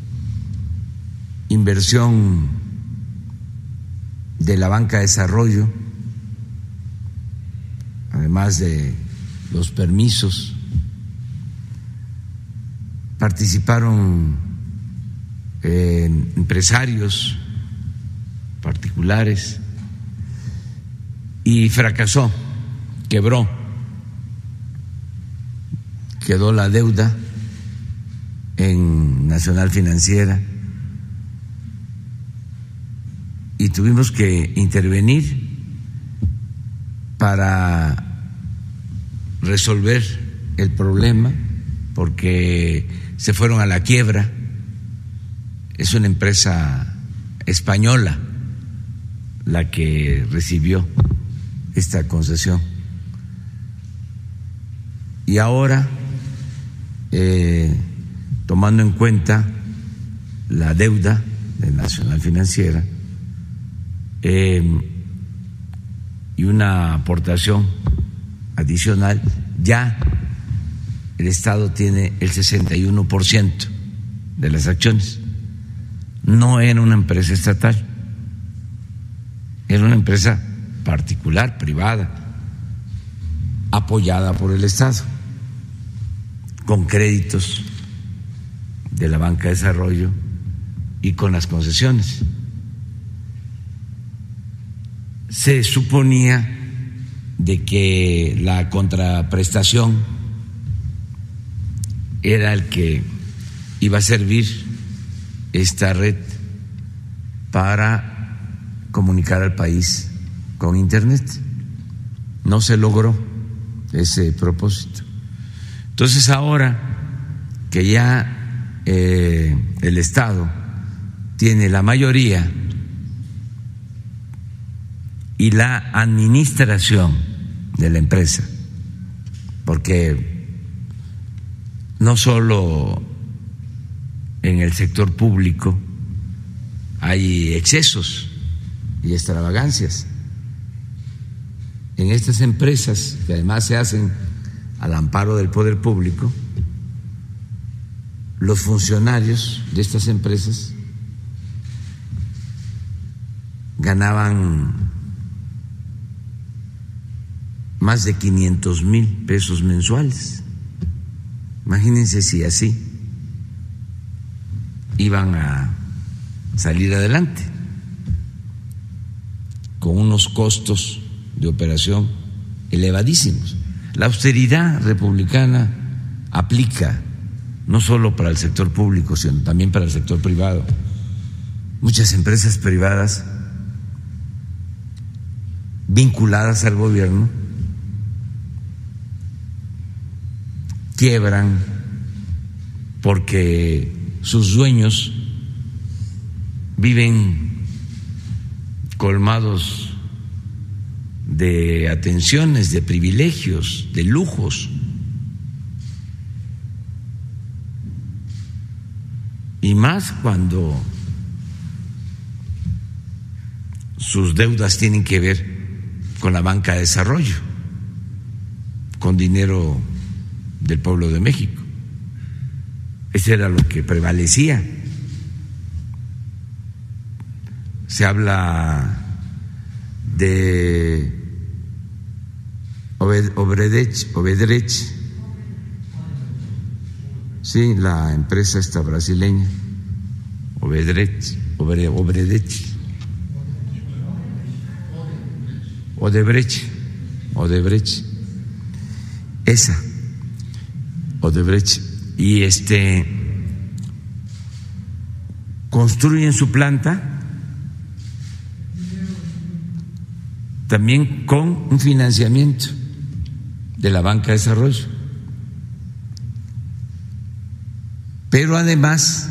inversión de la banca de desarrollo, además de los permisos. Participaron empresarios particulares y fracasó, quebró, quedó la deuda en Nacional Financiera y tuvimos que intervenir para resolver el problema, porque se fueron a la quiebra. Es una empresa española la que recibió esta concesión. Y ahora, tomando en cuenta la deuda de Nacional Financiera y una aportación adicional, ya el Estado tiene el 61% de las acciones. No era una empresa estatal, era una empresa particular, privada, apoyada por el Estado, con créditos de la banca de desarrollo y con las concesiones. Se suponía de que la contraprestación era el que iba a servir esta red para comunicar al país con Internet. No se logró ese propósito. Entonces, ahora que ya el Estado tiene la mayoría y la administración de la empresa, porque no solo en el sector público hay excesos y extravagancias. En estas empresas, que además se hacen al amparo del poder público, los funcionarios de estas empresas ganaban más de 500,000 pesos mensuales. Imagínense si así iban a salir adelante, con unos costos de operación elevadísimos. La austeridad republicana aplica no solo para el sector público, sino también para el sector privado. Muchas empresas privadas vinculadas al gobierno quiebran porque sus dueños viven colmados de atenciones, de privilegios, de lujos. Y más cuando sus deudas tienen que ver con la banca de desarrollo, con dinero del pueblo de México. Eso era lo que prevalecía. Se habla de Odebrecht, sí, la empresa esta brasileña, Odebrecht, esa, Odebrecht, y construyen su planta también con un financiamiento de la banca de desarrollo. Pero además,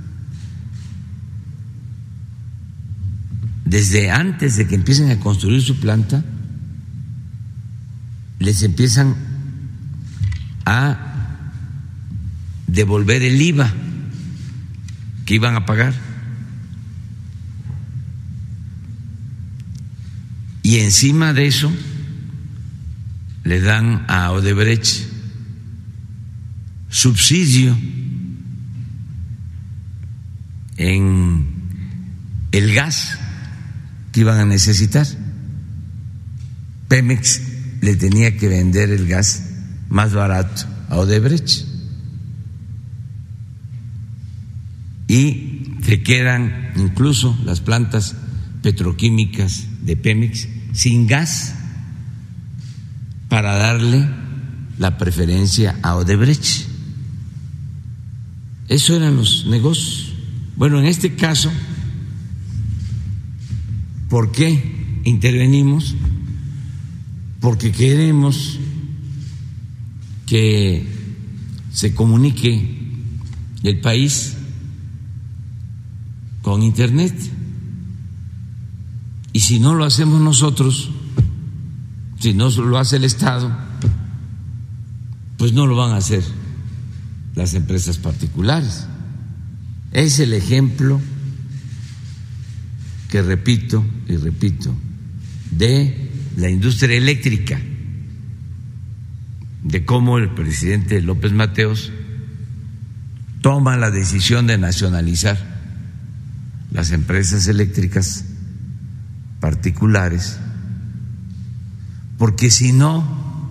desde antes de que empiecen a construir su planta, les empiezan a devolver el IVA que iban a pagar. Y encima de eso le dan a Odebrecht subsidio en el gas que iban a necesitar. Pemex le tenía que vender el gas más barato a Odebrecht y se quedan incluso las plantas petroquímicas de Pemex sin gas para darle la preferencia a Odebrecht. Eso eran los negocios. Bueno, en este caso, ¿por qué intervenimos? Porque queremos que se comunique el país con Internet. Y si no lo hacemos nosotros, si no lo hace el Estado, pues no lo van a hacer las empresas particulares. Es el ejemplo que repito y repito de la industria eléctrica, de cómo el presidente López Mateos toma la decisión de nacionalizar las empresas eléctricas particulares, porque si no,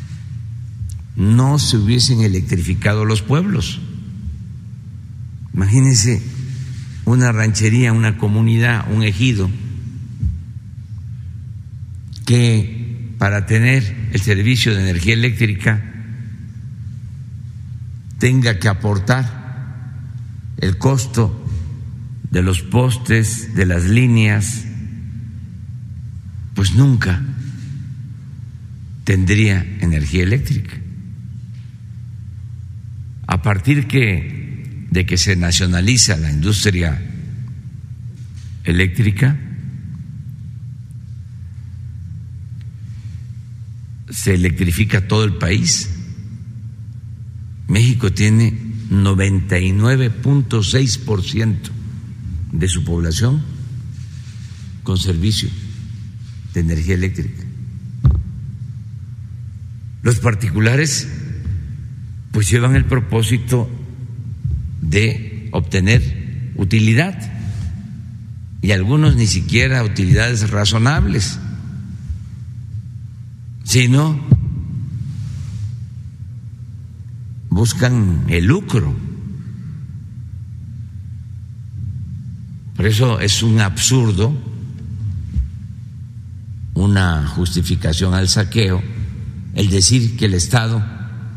no se hubiesen electrificado los pueblos. Imagínense una ranchería, una comunidad, un ejido, que para tener el servicio de energía eléctrica tenga que aportar el costo de los postes, de las líneas, pues nunca tendría energía eléctrica. A partir de que se nacionaliza la industria eléctrica, se electrifica todo el país México tiene 99.6% de su población con servicio de energía eléctrica. Los particulares pues llevan el propósito de obtener utilidad y algunos ni siquiera utilidades razonables, sino buscan el lucro. Por eso es un absurdo, una justificación al saqueo, el decir que el Estado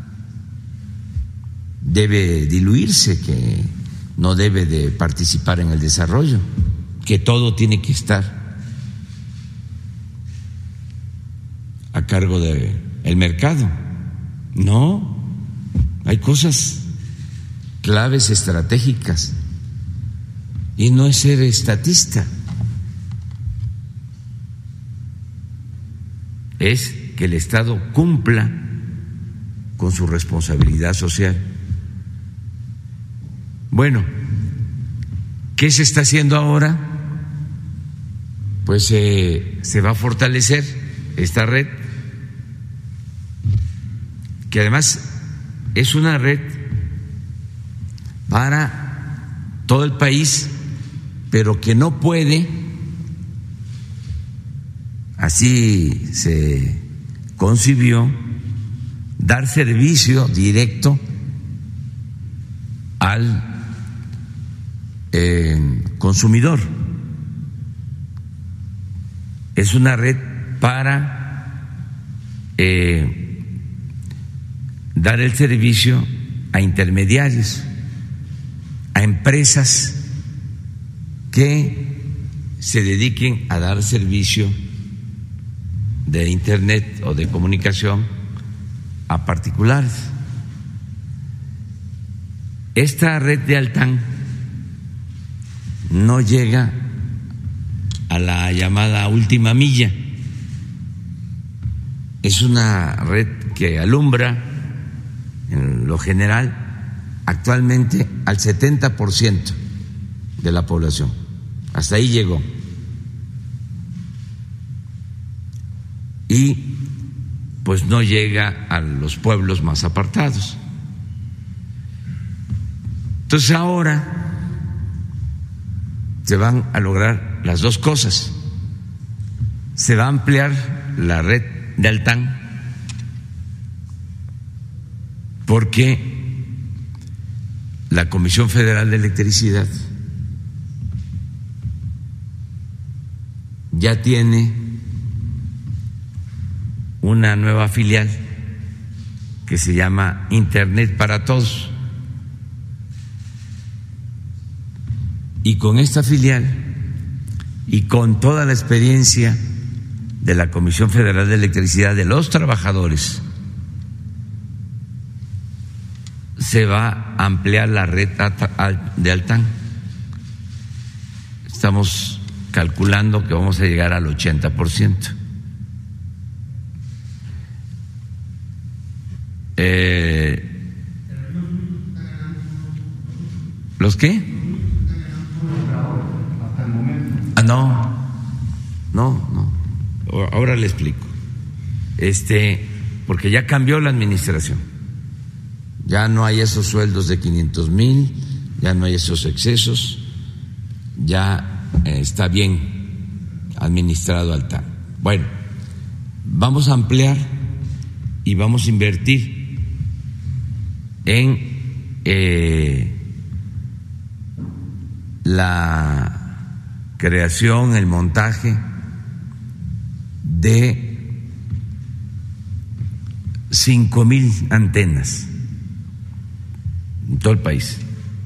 debe diluirse, que no debe de participar en el desarrollo, que todo tiene que estar a cargo del mercado. No, hay cosas claves estratégicas y no es ser estatista, es que el Estado cumpla con su responsabilidad social. Bueno, ¿qué se está haciendo ahora? Pues se va a fortalecer esta red, que además es una red para todo el país, pero que no puede, así se concibió, dar servicio directo al consumidor. Es una red para dar el servicio a intermediarios, a empresas que se dediquen a dar servicio de Internet o de comunicación a particulares. Esta red de Altán no llega a la llamada última milla. Es una red que alumbra en lo general actualmente al 70% de la población. Hasta ahí llegó. Y pues no llega a los pueblos más apartados. Entonces ahora se van a lograr las dos cosas. Se va a ampliar la red de Altán porque la Comisión Federal de Electricidad ya tiene una nueva filial que se llama Internet para Todos. Y con esta filial y con toda la experiencia de la Comisión Federal de Electricidad, de los trabajadores, se va a ampliar la red de Altán. Estamos calculando que vamos a llegar al 80%. ¿Los qué? No. Ahora le explico. Porque ya cambió la administración. Ya no hay esos sueldos de 500,000, ya no hay esos excesos, ya está bien administrado Altán. Bueno, vamos a ampliar y vamos a invertir en la creación, el montaje de 5,000 antenas en todo el país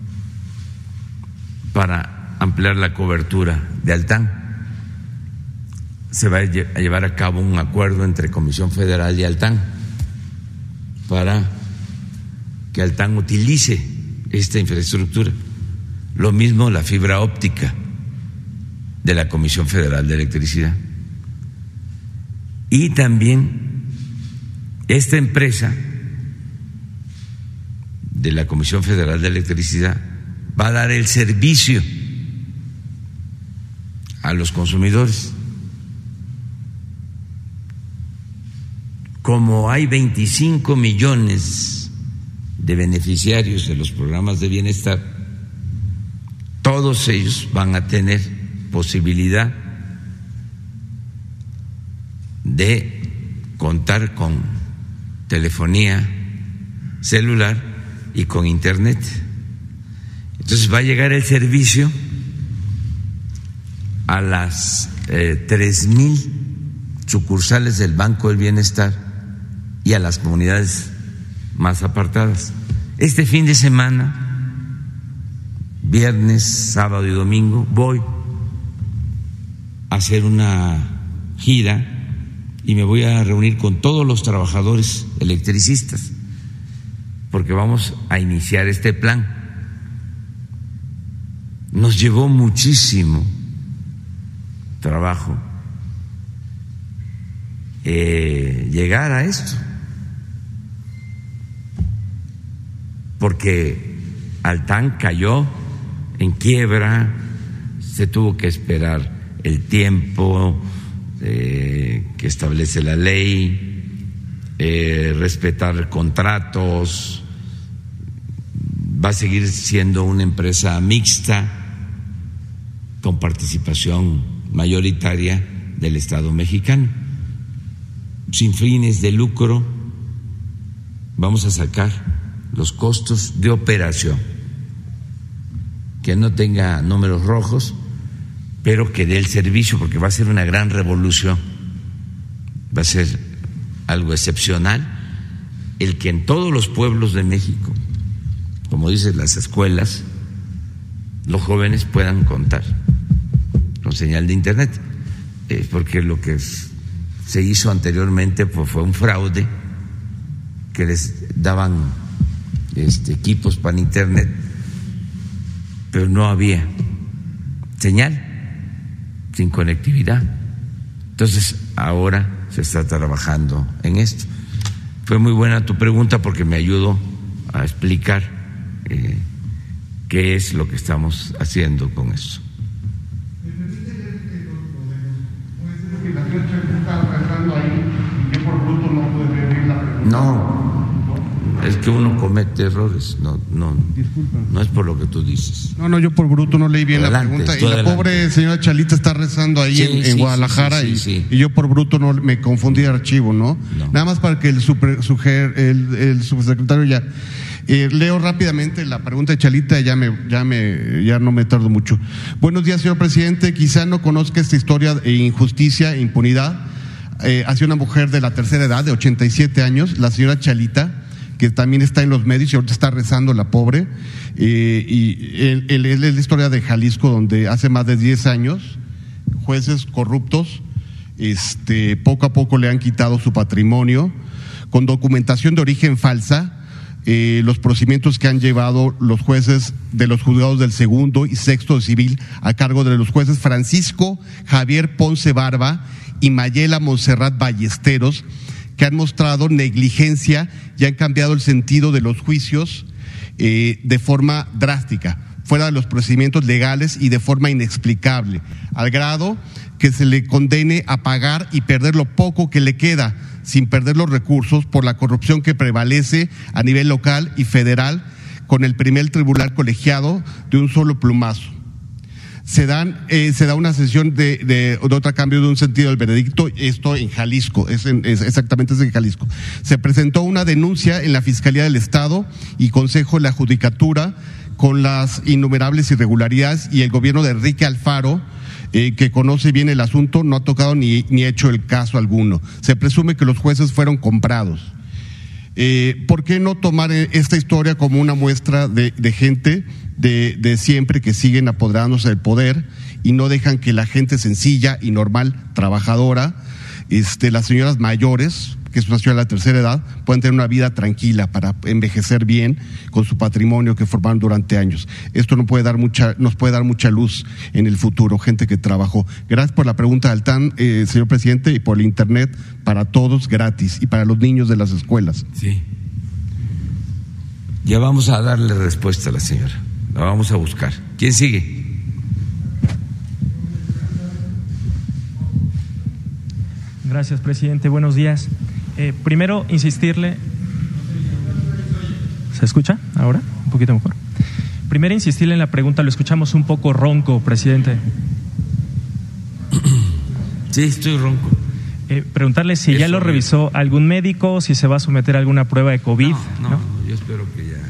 para ampliar la cobertura de Altán. Se va a llevar a cabo un acuerdo entre Comisión Federal y Altán para que Altán utilice esta infraestructura. Lo mismo la fibra óptica de la Comisión Federal de Electricidad. Y también esta empresa de la Comisión Federal de Electricidad va a dar el servicio a los consumidores. Como hay 25 millones de beneficiarios de los programas de bienestar, todos ellos van a tener posibilidad de contar con telefonía celular y con internet. Entonces va a llegar el servicio a las 3,000 sucursales del Banco del Bienestar y a las comunidades más apartadas. Este fin de semana, viernes, sábado y domingo, voy a hacer una gira y me voy a reunir con todos los trabajadores electricistas, porque vamos a iniciar este plan. Nos llevó muchísimo trabajo llegar a esto, porque Altán cayó en quiebra, se tuvo que esperar el tiempo que establece la ley, respetar contratos, va a seguir siendo una empresa mixta con participación mayoritaria del Estado mexicano, sin fines de lucro. Vamos a sacar los costos de operación, que no tenga números rojos, pero que dé el servicio, porque va a ser una gran revolución, va a ser algo excepcional el que en todos los pueblos de México, como dicen las escuelas, los jóvenes puedan contar con señal de internet, porque lo que se hizo anteriormente pues fue un fraude, que les daban equipos para internet, pero no había señal, sin conectividad. Entonces ahora se está trabajando en esto. Fue muy buena tu pregunta porque me ayudó a explicar qué es lo que estamos haciendo con eso. No, es que uno comete errores, no es por lo que tú dices. No, yo por bruto no leí bien la pregunta. Y la pobre señora Chalita está rezando ahí en Guadalajara y yo por bruto no me confundí de archivo, ¿no? Nada más para que el subsecretario ya... leo rápidamente la pregunta de Chalita, ya no me tardo mucho. Buenos días, señor presidente. Quizá no conozca esta historia de injusticia e impunidad hacia una mujer de la tercera edad, de 87 años, la señora Chalita, que también está en los medios y ahorita está rezando la pobre. Es la historia de Jalisco, donde hace más de 10 años jueces corruptos poco a poco le han quitado su patrimonio con documentación de origen falsa. Los procedimientos que han llevado los jueces de los juzgados del segundo y sexto de civil a cargo de los jueces Francisco Javier Ponce Barba y Mayela Montserrat Ballesteros, que han mostrado negligencia y han cambiado el sentido de los juicios de forma drástica, fuera de los procedimientos legales y de forma inexplicable, al grado que se le condene a pagar y perder lo poco que le queda, sin perder los recursos, por la corrupción que prevalece a nivel local y federal con el primer tribunal colegiado de un solo plumazo. Se da una sesión de otra cambio de un sentido del veredicto, esto en Jalisco, exactamente es en Jalisco. Se presentó una denuncia en la Fiscalía del Estado y Consejo de la Judicatura con las innumerables irregularidades, y el gobierno de Enrique Alfaro, que conoce bien el asunto, no ha tocado ni hecho el caso alguno. Se presume que los jueces fueron comprados. ¿Por qué no tomar esta historia como una muestra de gente de siempre que siguen apoderándose del poder y no dejan que la gente sencilla y normal, trabajadora, las señoras mayores, que es una señora de la tercera edad, puedan tener una vida tranquila para envejecer bien con su patrimonio que formaron durante años? Esto nos puede dar mucha luz en el futuro, gente que trabajó. Gracias por la pregunta, Altán, señor presidente, y por el internet para todos gratis y para los niños de las escuelas. Sí. Ya vamos a darle respuesta a la señora, la vamos a buscar. ¿Quién sigue? Gracias, presidente. Buenos días. Primero, insistirle. ¿Se escucha ahora? Un poquito mejor. Primero, insistirle en la pregunta. Lo escuchamos un poco ronco, presidente. Sí, estoy ronco. Preguntarle si ya lo revisó algún médico, si se va a someter a alguna prueba de COVID. No, yo espero que ya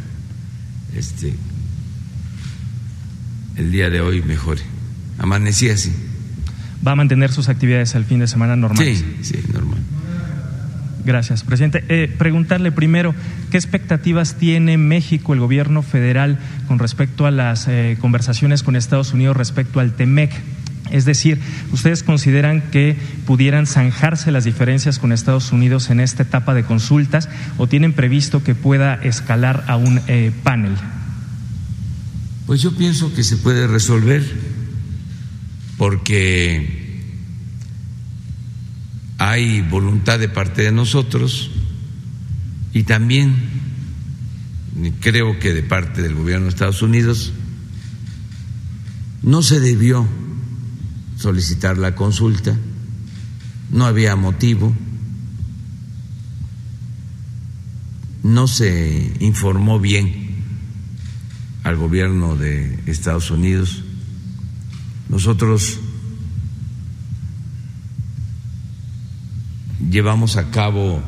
el día de hoy mejore. Amanecí así. ¿Va a mantener sus actividades al fin de semana normales? Sí, normal. Gracias, presidente. Preguntarle primero, ¿qué expectativas tiene México, el gobierno federal, con respecto a las conversaciones con Estados Unidos respecto al TEMEC? Es decir, ¿ustedes consideran que pudieran zanjarse las diferencias con Estados Unidos en esta etapa de consultas o tienen previsto que pueda escalar a un panel? Pues yo pienso que se puede resolver porque hay voluntad de parte de nosotros y también creo que de parte del gobierno de Estados Unidos. No se debió solicitar la consulta, no había motivo, no se informó bien al gobierno de Estados Unidos. Nosotros llevamos a cabo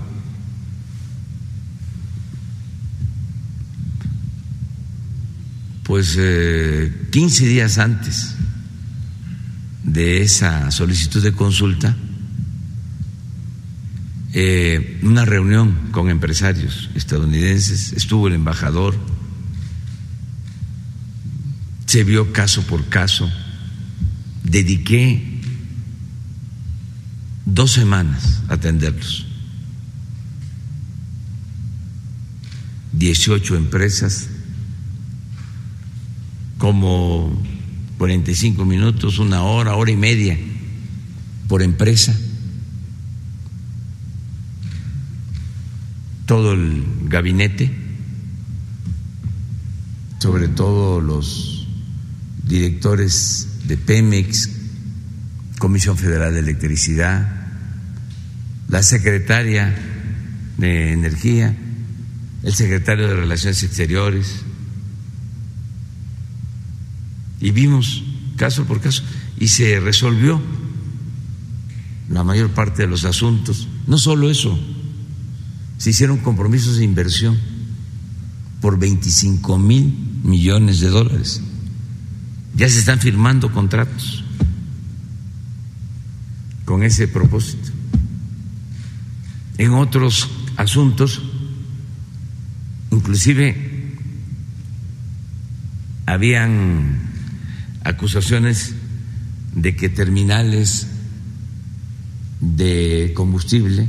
pues 15 días antes de esa solicitud de consulta una reunión con empresarios estadounidenses, estuvo el embajador, se vio caso por caso, dediqué 2 semanas a atenderlos, 18 empresas, como 45 minutos, 1 hora, hora y media por empresa. Todo el gabinete, sobre todo los directores de Pemex, Comisión Federal de Electricidad, la secretaria de Energía, el secretario de Relaciones Exteriores, y vimos caso por caso y se resolvió la mayor parte de los asuntos. No solo eso, se hicieron compromisos de inversión por 25,000 millones de dólares. Ya se están firmando contratos con ese propósito. En otros asuntos, inclusive habían acusaciones de que terminales de combustible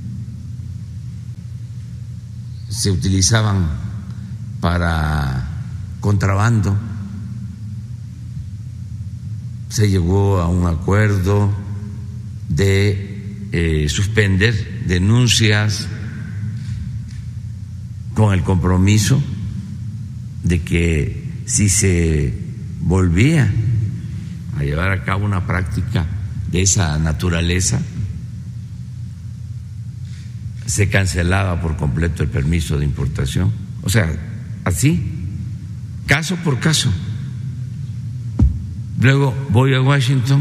se utilizaban para contrabando. Se llegó a un acuerdo de suspender denuncias con el compromiso de que si se volvía a llevar a cabo una práctica de esa naturaleza, se cancelaba por completo el permiso de importación. O sea, así, caso por caso. Luego voy a Washington,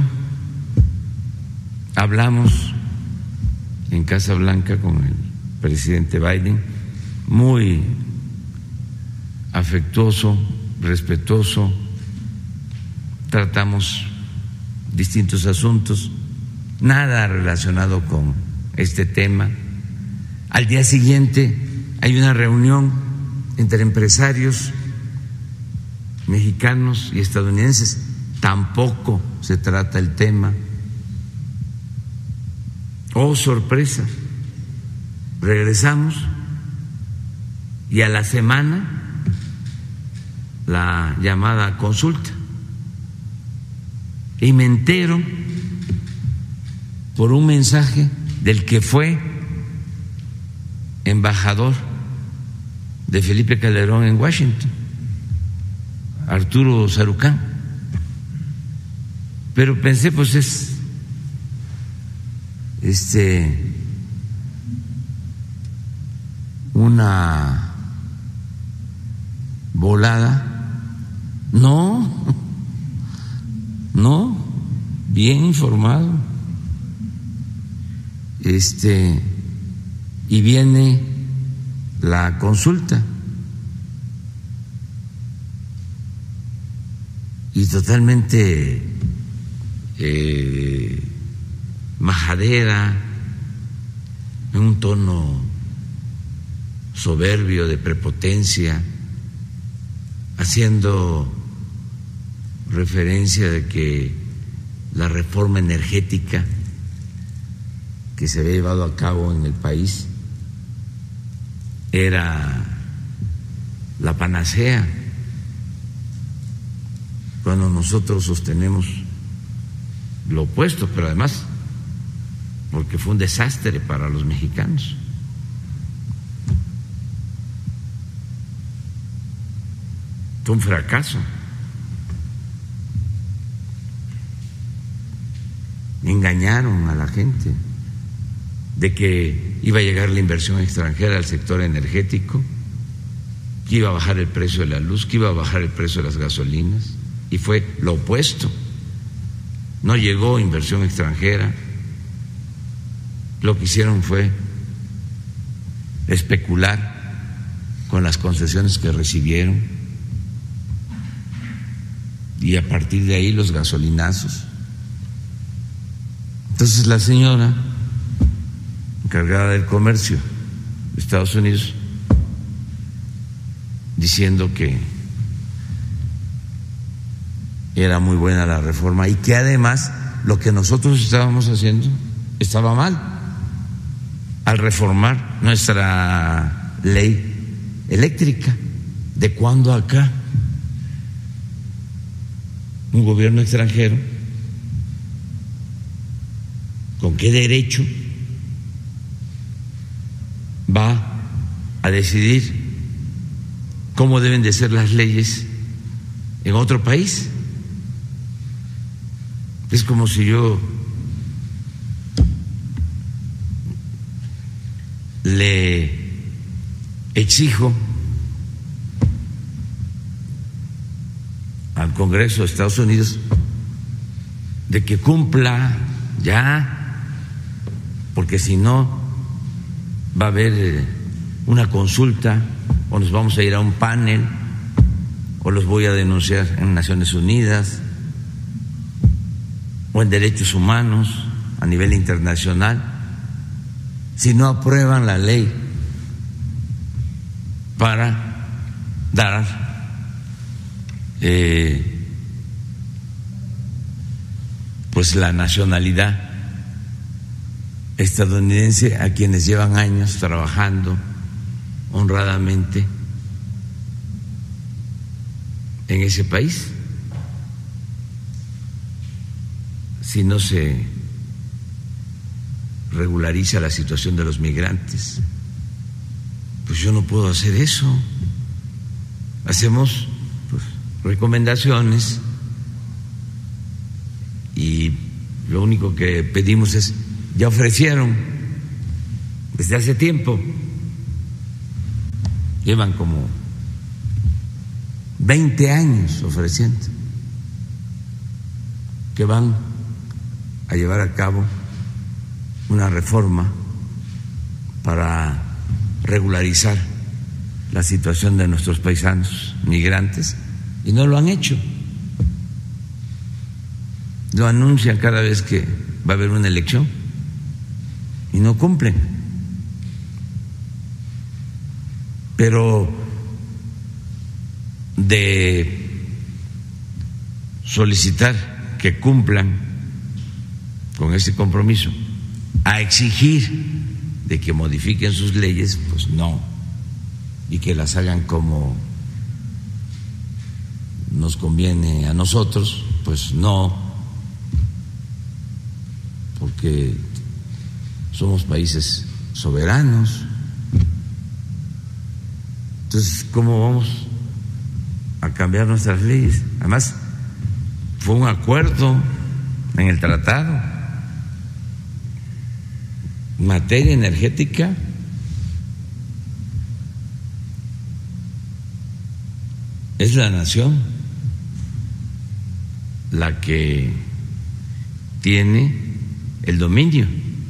hablamos en Casa Blanca con el presidente Biden, muy afectuoso, respetuoso, tratamos distintos asuntos, nada relacionado con este tema. Al día siguiente hay una reunión entre empresarios mexicanos y estadounidenses, tampoco se trata el tema. Oh, sorpresa, regresamos y a la semana la llamada consulta. Y me entero por un mensaje del que fue embajador de Felipe Calderón en Washington, Arturo Sarucán. Pero pensé, pues es una volada. No, bien informado. Y viene la consulta y totalmente majadera, en un tono soberbio de prepotencia, haciendo referencia de que la reforma energética que se había llevado a cabo en el país era la panacea, cuando nosotros sostenemos lo opuesto, pero además porque fue un desastre para los mexicanos. Fue un fracaso. Engañaron a la gente de que iba a llegar la inversión extranjera al sector energético, que iba a bajar el precio de la luz, que iba a bajar el precio de las gasolinas, y fue lo opuesto. No llegó inversión extranjera. Lo que hicieron fue especular con las concesiones que recibieron, y a partir de ahí los gasolinazos. Entonces la señora encargada del comercio de Estados Unidos, diciendo que era muy buena la reforma y que además lo que nosotros estábamos haciendo estaba mal al reformar nuestra ley eléctrica. ¿De cuándo acá un gobierno extranjero, con qué derecho va a decidir cómo deben de ser las leyes en otro país? Es como si yo le exijo al Congreso de Estados Unidos de que cumpla ya, porque si no va a haber una consulta, o nos vamos a ir a un panel, o los voy a denunciar en Naciones Unidas o en derechos humanos a nivel internacional, si no aprueban la ley para dar pues la nacionalidad estadounidense a quienes llevan años trabajando honradamente en ese país. Si no se regulariza la situación de los migrantes, pues yo no puedo hacer eso. Hacemos pues recomendaciones y lo único que pedimos es, ya ofrecieron desde hace tiempo, llevan como 20 años ofreciendo que van a llevar a cabo una reforma para regularizar la situación de nuestros paisanos migrantes, y no lo han hecho. Lo anuncian cada vez que va a haber una elección y no cumplen. Pero de solicitar que cumplan con ese compromiso a exigir de que modifiquen sus leyes, pues no, y que las hagan como nos conviene a nosotros, pues no, porque somos países soberanos. Entonces, ¿cómo vamos a cambiar nuestras leyes? Además, fue un acuerdo en el tratado. En materia energética, es la nación la que tiene el dominio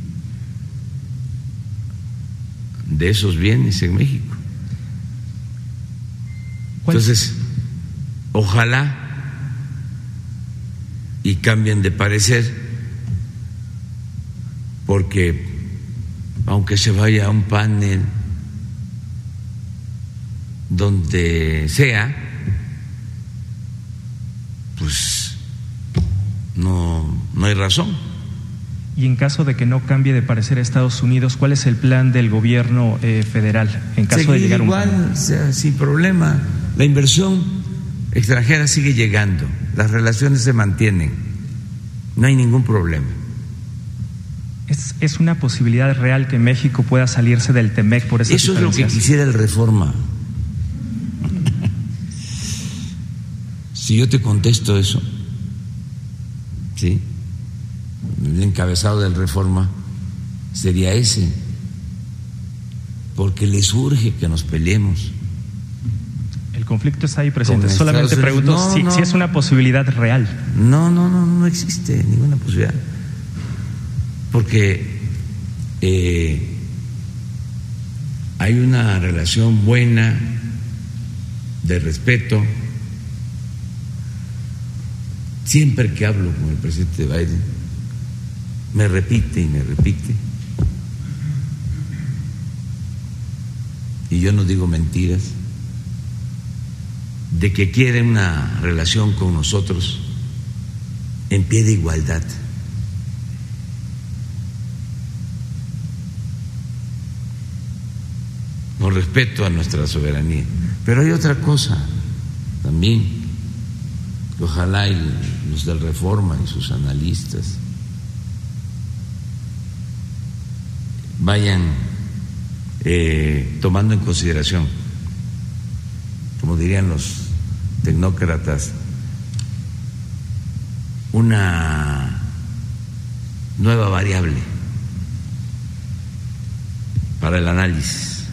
de esos bienes en México. Entonces, ojalá y cambien de parecer, porque aunque se vaya a un panel donde sea, pues no hay razón. Y en caso de que no cambie de parecer a Estados Unidos, ¿cuál es el plan del gobierno federal en caso de llegar a un igual, o sea, sin problema? La inversión extranjera sigue llegando, las relaciones se mantienen, no hay ningún problema. ¿Es una posibilidad real que México pueda salirse del TEMEC por esas Eso diferencias? es lo que quisiera el Reforma. Si yo te contesto eso, ¿sí?, el encabezado del Reforma sería ese, porque les urge que nos peleemos. El conflicto está ahí presente. Con Solamente Estados pregunto Unidos. si es una posibilidad real. No existe ninguna posibilidad, porque hay una relación buena de respeto. Siempre que hablo con el presidente Biden, me repite y me repite, y yo no digo mentiras, de que quiere una relación con nosotros en pie de igualdad. Con respeto a nuestra soberanía. Pero hay otra cosa también, que ojalá y los del Reforma y sus analistas vayan tomando en consideración, como dirían los tecnócratas, una nueva variable para el análisis.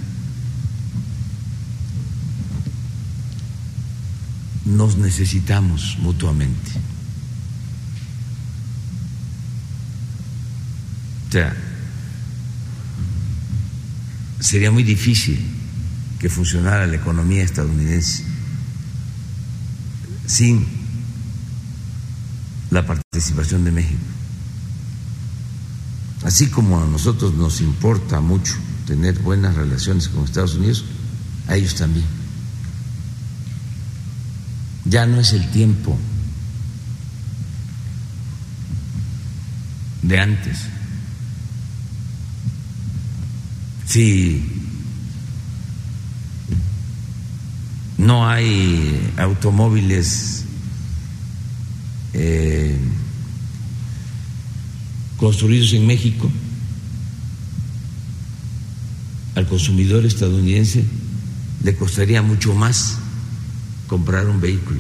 Nos necesitamos mutuamente. O sea, sería muy difícil que funcionara la economía estadounidense sin la participación de México. Así como a nosotros nos importa mucho tener buenas relaciones con Estados Unidos, a ellos también. Ya no es el tiempo de antes. Si no hay automóviles construidos en México, al consumidor estadounidense le costaría mucho más comprar un vehículo.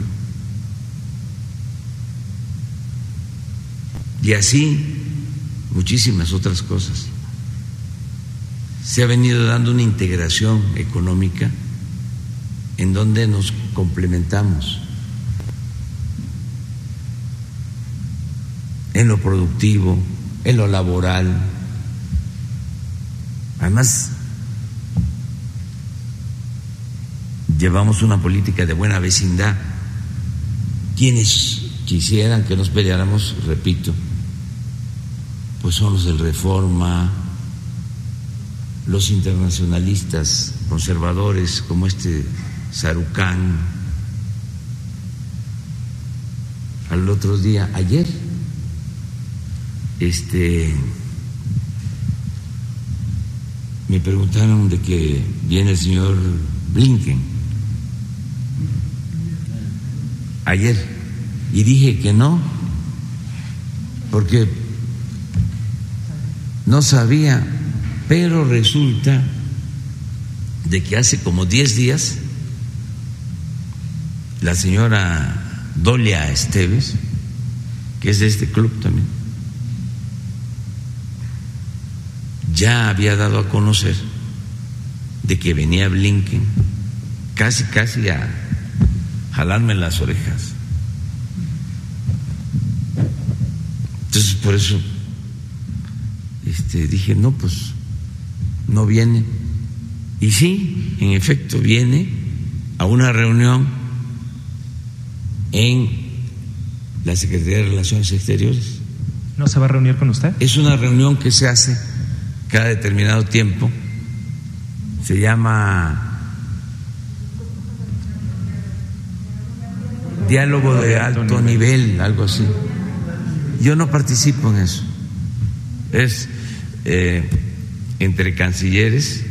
Y así muchísimas otras cosas. Se ha venido dando una integración económica en donde nos complementamos en lo productivo, en lo laboral. Además, llevamos una política de buena vecindad. Quienes quisieran que nos peleáramos, repito, pues son los del Reforma, los internacionalistas conservadores como Sarucán. Al otro día, ayer, me preguntaron de que viene el señor Blinken ayer, y dije que no, porque no sabía, pero resulta de que hace como 10 días la señora Dolia Esteves, que es de este club también, ya había dado a conocer de que venía Blinken, casi a jalarme las orejas. Entonces por eso dije, no, pues no viene. Y sí, en efecto, viene a una reunión en la Secretaría de Relaciones Exteriores. ¿No se va a reunir con usted? Es una reunión que se hace cada determinado tiempo. Se llama Diálogo de Alto Nivel, algo así. Yo no participo en eso. Es entre cancilleres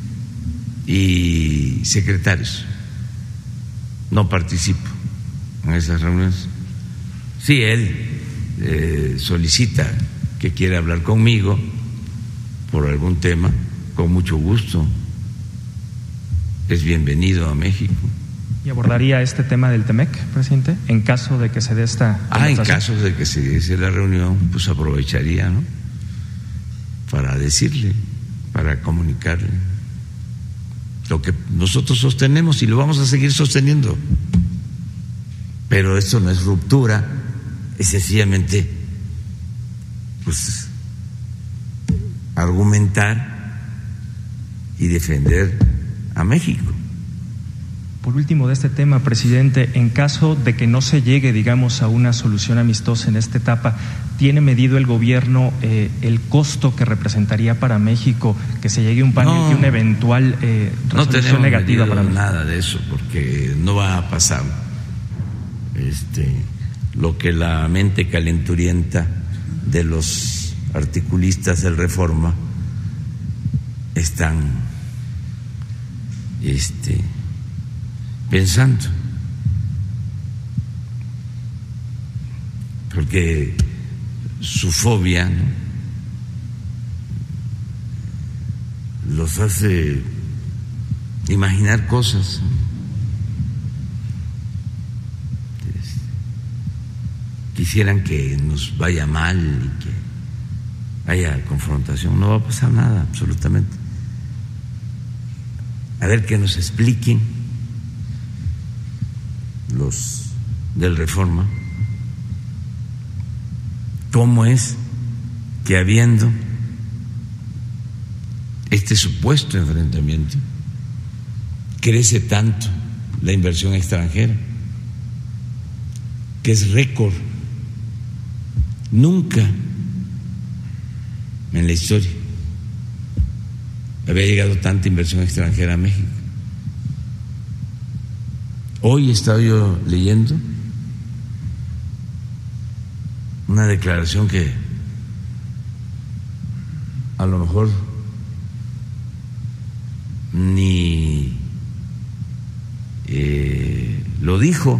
y secretarios. No participo en esas reuniones. Sí, él solicita que quiere hablar conmigo por algún tema, con mucho gusto. Es bienvenido a México. ¿Y abordaría este tema del TEMEC, presidente, en caso de que se dé esta conversación? En caso de que se diese la reunión, pues aprovecharía, ¿no?, para decirle, para comunicarle lo que nosotros sostenemos y lo vamos a seguir sosteniendo. Pero esto no es ruptura, es sencillamente, pues, argumentar y defender a México. Por último de este tema, presidente, en caso de que no se llegue, digamos, a una solución amistosa en esta etapa, ¿tiene medido el gobierno el costo que representaría para México que se llegue a un panel de una eventual resolución negativa para México? No tenemos nada de eso, porque no va a pasar lo que la mente calenturienta de los articulistas del Reforma están pensando, porque su fobia, ¿no?, los hace imaginar cosas, ¿no?, quisieran que nos vaya mal y que haya confrontación. No va a pasar nada, absolutamente. A ver, que nos expliquen los del Reforma cómo es que, habiendo este supuesto enfrentamiento, crece tanto la inversión extranjera, que es récord. Nunca en la historia había llegado tanta inversión extranjera a México. Hoy estaba yo leyendo una declaración que a lo mejor ni lo dijo,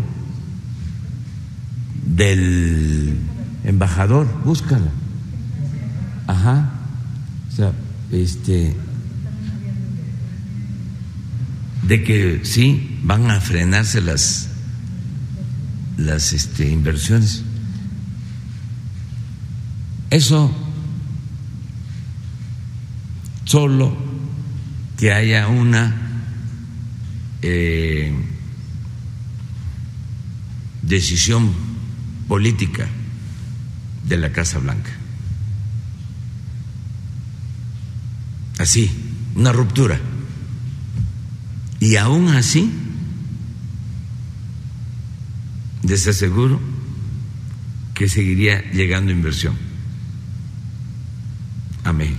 del embajador, búscala. Ajá. O sea, de que sí van a frenarse las inversiones. Eso solo que haya una decisión política de la Casa Blanca. Así, una ruptura. Y aún así, les aseguro que seguiría llegando inversión a México.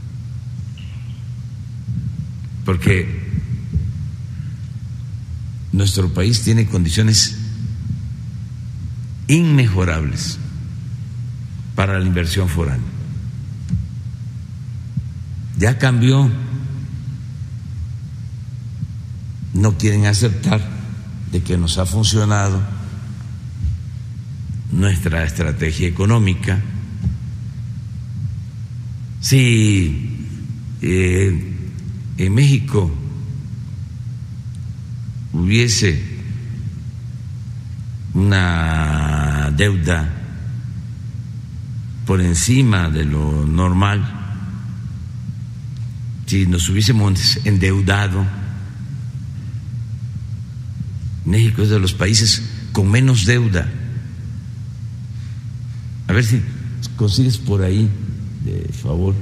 Porque nuestro país tiene condiciones inmejorables para la inversión foránea. Ya cambió. No quieren aceptar de que nos ha funcionado nuestra estrategia económica. Si en México hubiese una deuda por encima de lo normal. Si nos hubiésemos endeudado, México es de los países con menos deuda. A ver si consigues por ahí, de favor,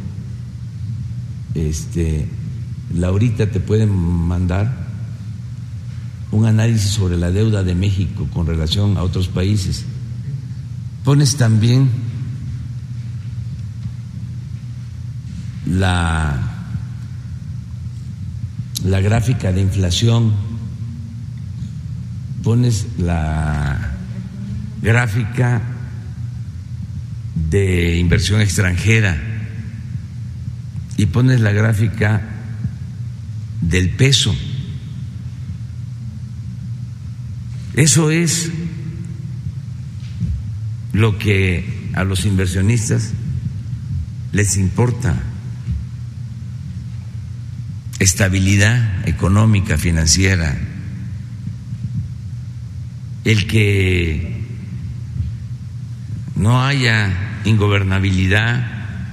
Laurita te pueden mandar un análisis sobre la deuda de México con relación a otros países. Pones también la gráfica de inflación, pones la gráfica de inversión extranjera y pones la gráfica del peso. Eso es lo que a los inversionistas les importa: estabilidad económica, financiera. El que no haya ingobernabilidad.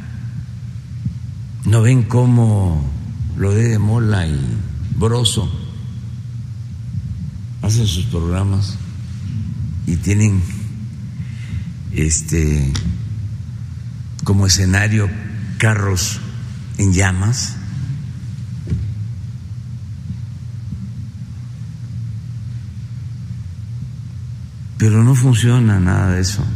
¿No ven cómo lo de Mola y Broso hacen sus programas y tienen como escenario carros en llamas? Pero no funciona nada de eso.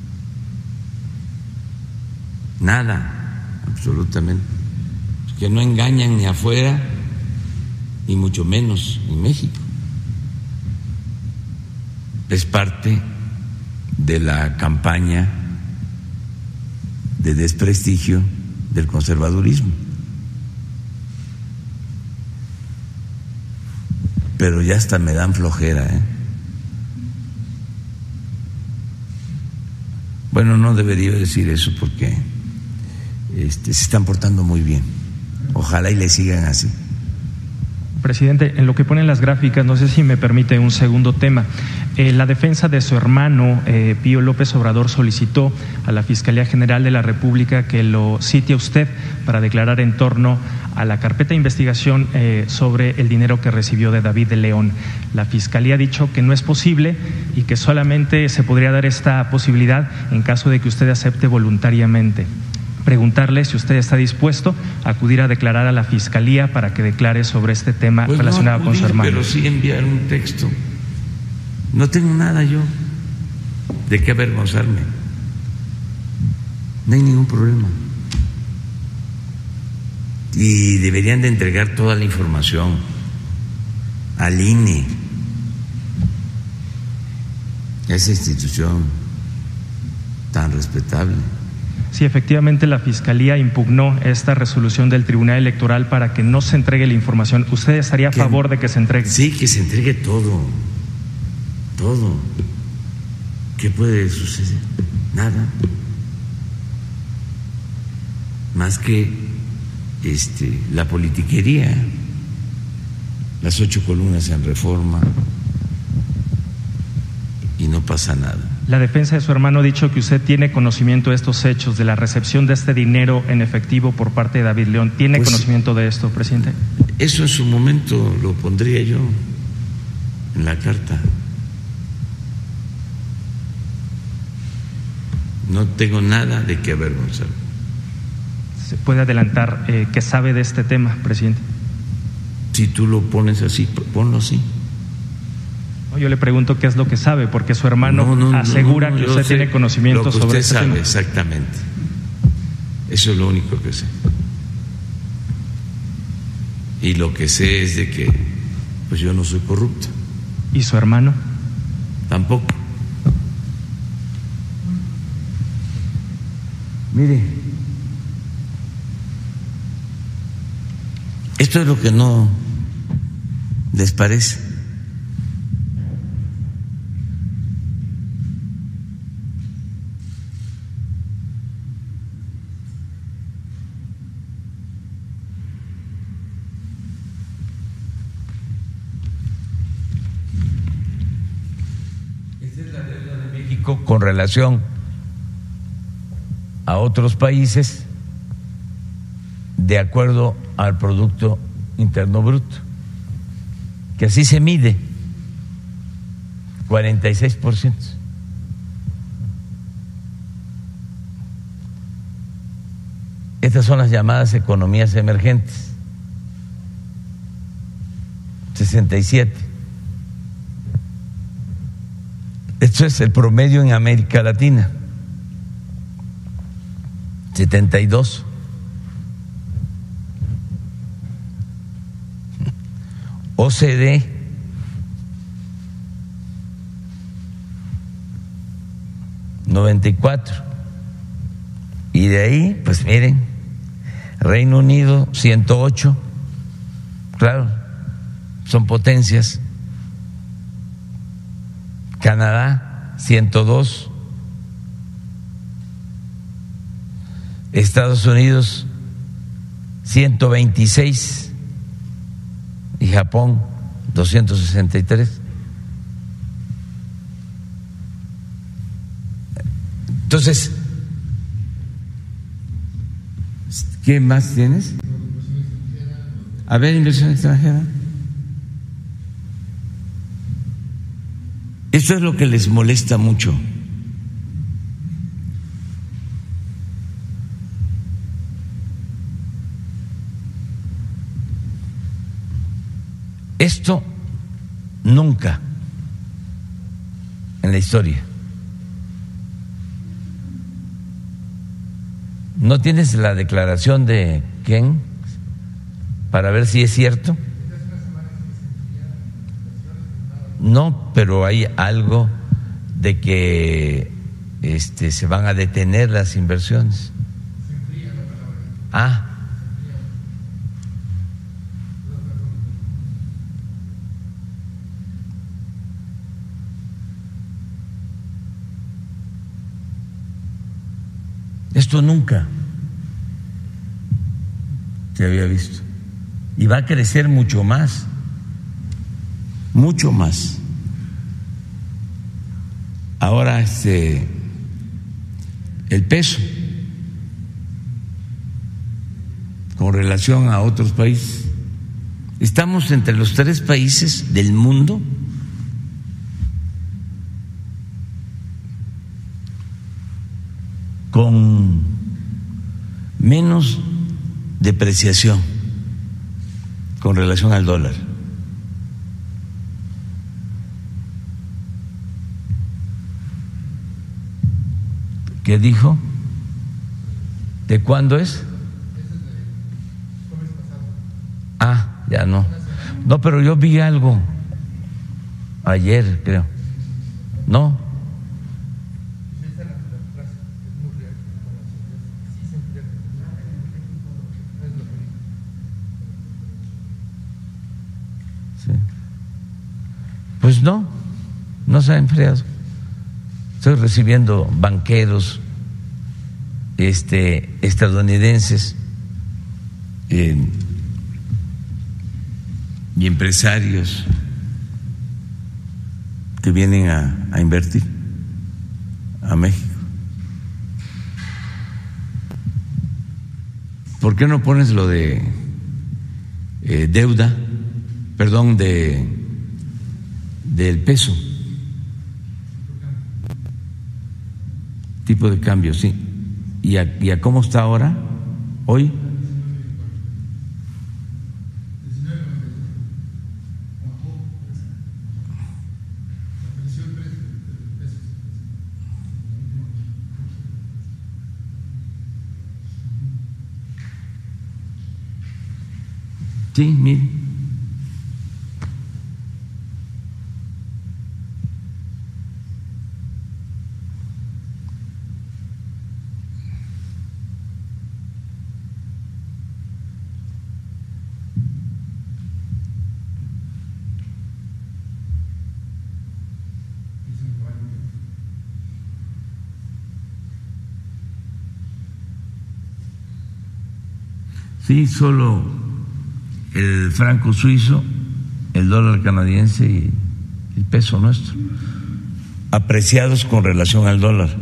Nada, absolutamente. Que no engañan ni afuera, ni mucho menos en México. Es parte de la campaña de desprestigio del conservadurismo. Pero ya hasta me dan flojera, ¿eh? Bueno, no debería decir eso porque se están portando muy bien. Ojalá y le sigan así. Presidente, en lo que ponen las gráficas, no sé si me permite un segundo tema. La defensa de su hermano, Pío López Obrador, solicitó a la Fiscalía General de la República que lo cite a usted para declarar en torno a la carpeta de investigación sobre el dinero que recibió de David de León. La Fiscalía ha dicho que no es posible y que solamente se podría dar esta posibilidad en caso de que usted acepte voluntariamente. Preguntarle si usted está dispuesto a acudir a declarar a la Fiscalía para que declare sobre este tema relacionado con su hermano. Pero sí enviar un texto. No tengo nada yo de qué avergonzarme. No hay ningún problema. Y deberían de entregar toda la información al INE, a esa institución tan respetable. Sí, efectivamente la Fiscalía impugnó esta resolución del Tribunal Electoral para que no se entregue la información. ¿Usted estaría a favor de que se entregue? Sí, que se entregue todo. Todo. ¿Qué puede suceder? Nada. Más que la politiquería, las 8 columnas en Reforma, y no pasa nada. La defensa de su hermano ha dicho que usted tiene conocimiento de estos hechos, de la recepción de este dinero en efectivo por parte de David León. ¿Tiene conocimiento de esto, presidente? Eso en su momento lo pondría yo en la carta. No tengo nada de qué avergonzarme. ¿Se puede adelantar que sabe de este tema, presidente? Si tú lo pones así, ponlo así. Yo le pregunto qué es lo que sabe, porque su hermano asegura que usted tiene conocimiento sobre este tema. Lo que usted sabe, exactamente. Eso es lo único que sé. Y lo que sé es de que pues yo no soy corrupto. ¿Y su hermano? Tampoco. Mire, esto es lo que no les parece. Esta es la México con relación a otros países de acuerdo al Producto Interno Bruto, que así se mide, 46%. Estas son las llamadas economías emergentes, 67. Esto es el promedio en América Latina, 72. OCDE, 94. Y de ahí, pues miren, Reino Unido, 108. Claro, son potencias. Canadá, 102. Estados Unidos, 126. Y Japón, 263. Entonces, ¿qué más tienes? A ver, inversión extranjera. Esto es lo que les molesta mucho. Esto nunca en la historia. ¿No tienes la declaración de Ken para ver si es cierto? No, pero hay algo de que se van a detener las inversiones. Ah. Esto nunca se había visto. Y va a crecer mucho más. Mucho más. Ahora el peso con relación a otros países. Estamos entre los 3 países del mundo con menos depreciación con relación al dólar. ¿Qué dijo? ¿De cuándo es? Ah, ya no. No, pero yo vi algo ayer, creo. ¿No? Pues no se ha enfriado. Estoy recibiendo banqueros estadounidenses y empresarios que vienen a invertir a México. ¿Por qué no pones lo de deuda, perdón, del peso? Tipo de cambio, sí. ¿Y a cómo está ahora, hoy? Sí, mire. Sí, solo el franco suizo, el dólar canadiense y el peso nuestro. apreciados con relación al dólar.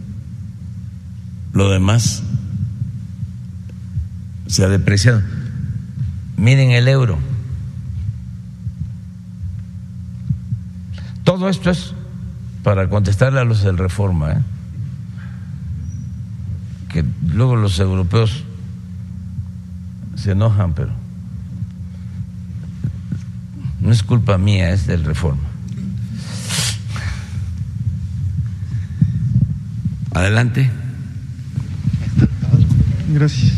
Lo demás se ha depreciado. Miren el euro. Todo esto es para contestarle a los del Reforma, que luego los europeos se enojan, pero no es culpa mía, es del Reforma. Adelante. Gracias.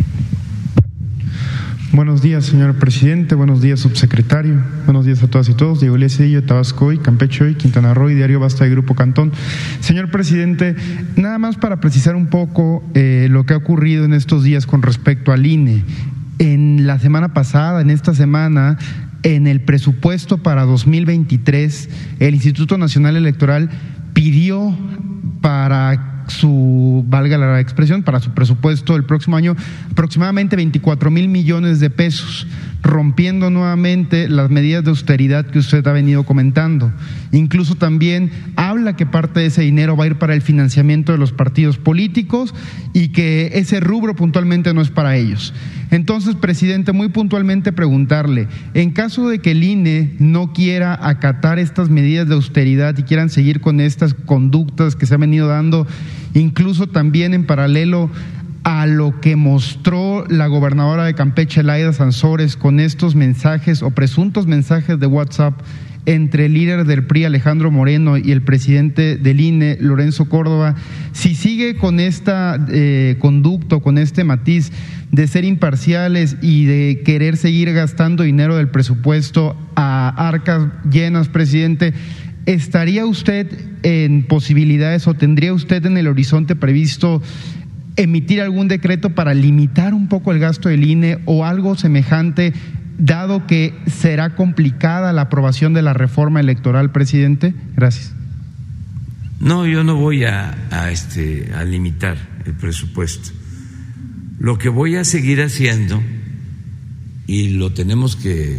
Buenos días, señor presidente. Buenos días, subsecretario. Buenos días a todas y todos. Diego Elías Cedillo, Tabasco Hoy, Campeche Hoy, Quintana Roo y Diario Basta de Grupo Cantón. Señor presidente, nada más para precisar un poco lo que ha ocurrido en estos días con respecto al INE. En la semana pasada, en esta semana, en el presupuesto para 2023, el Instituto Nacional Electoral pidió para valga la expresión, para su presupuesto el próximo año aproximadamente 24,000 millones de pesos, rompiendo nuevamente las medidas de austeridad que usted ha venido comentando. Incluso también habla que parte de ese dinero va a ir para el financiamiento de los partidos políticos y que ese rubro puntualmente no es para ellos. Entonces, presidente, muy puntualmente preguntarle, en caso de que el INE no quiera acatar estas medidas de austeridad y quieran seguir con estas conductas que se han venido dando, incluso también en paralelo a lo que mostró la gobernadora de Campeche, Laida Sansores, con estos mensajes o presuntos mensajes de WhatsApp entre el líder del PRI, Alejandro Moreno, y el presidente del INE, Lorenzo Córdoba, si sigue con esta conducto, con este matiz de ser imparciales y de querer seguir gastando dinero del presupuesto a arcas llenas, presidente, ¿estaría usted en posibilidades o tendría usted en el horizonte previsto emitir algún decreto para limitar un poco el gasto del INE o algo semejante, dado que será complicada la aprobación de la reforma electoral, presidente? Gracias. No, yo no voy a limitar el presupuesto. Lo que voy a seguir haciendo, y lo tenemos que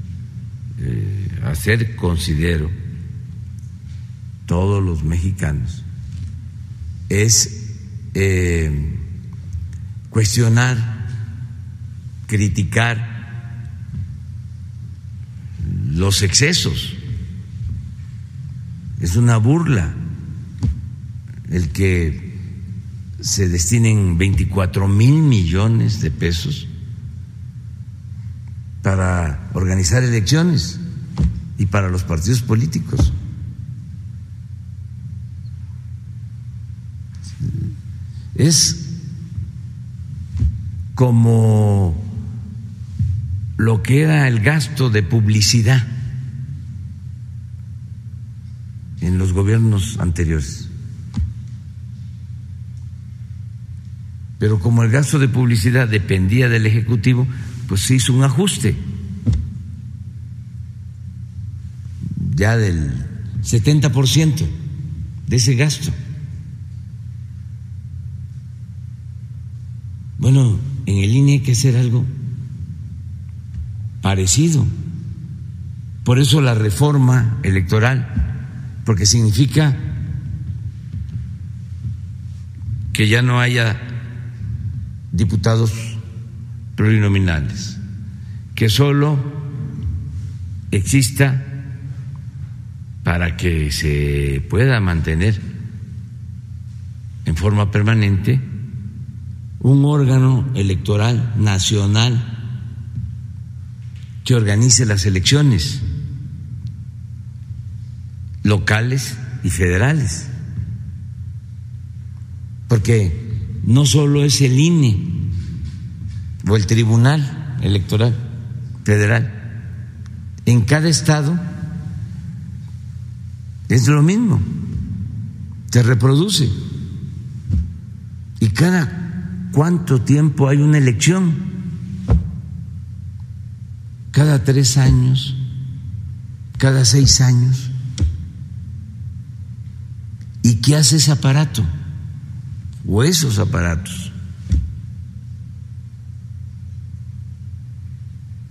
hacer, considero, todos los mexicanos, es cuestionar, criticar los excesos. Es una burla el que se destinen 24,000 millones de pesos para organizar elecciones y para los partidos políticos. Es como lo que era el gasto de publicidad en los gobiernos anteriores. Pero como el gasto de publicidad dependía del Ejecutivo, pues se hizo un ajuste ya del 70% de ese gasto. Bueno, en el INE hay que hacer algo parecido. Por eso la reforma electoral, porque significa que ya no haya diputados plurinominales, que solo exista, para que se pueda mantener en forma permanente, un órgano electoral nacional que organice las elecciones locales y federales, porque no solo es el INE o el Tribunal Electoral Federal, en cada estado es lo mismo, se reproduce. ¿Y cada cuánto tiempo hay una elección? Cada 3 años, cada 6 años. ¿Y qué hace ese aparato o esos aparatos?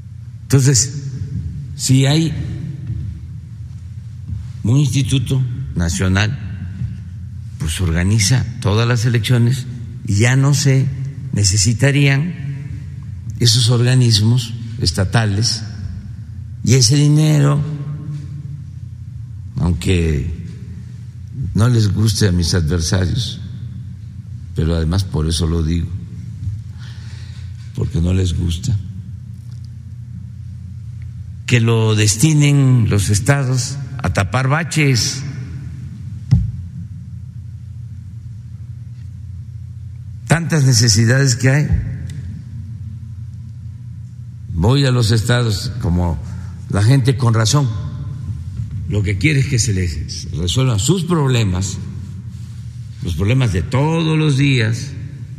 Entonces, si hay un instituto nacional pues organiza todas las elecciones y ya no se necesitarían esos organismos estatales y ese dinero, aunque no les guste a mis adversarios, pero además por eso lo digo, porque no les gusta, que lo destinen los estados a tapar baches. Tantas necesidades que hay. Voy a los estados, como la gente con razón, lo que quiere es que se les resuelvan sus problemas, los problemas de todos los días,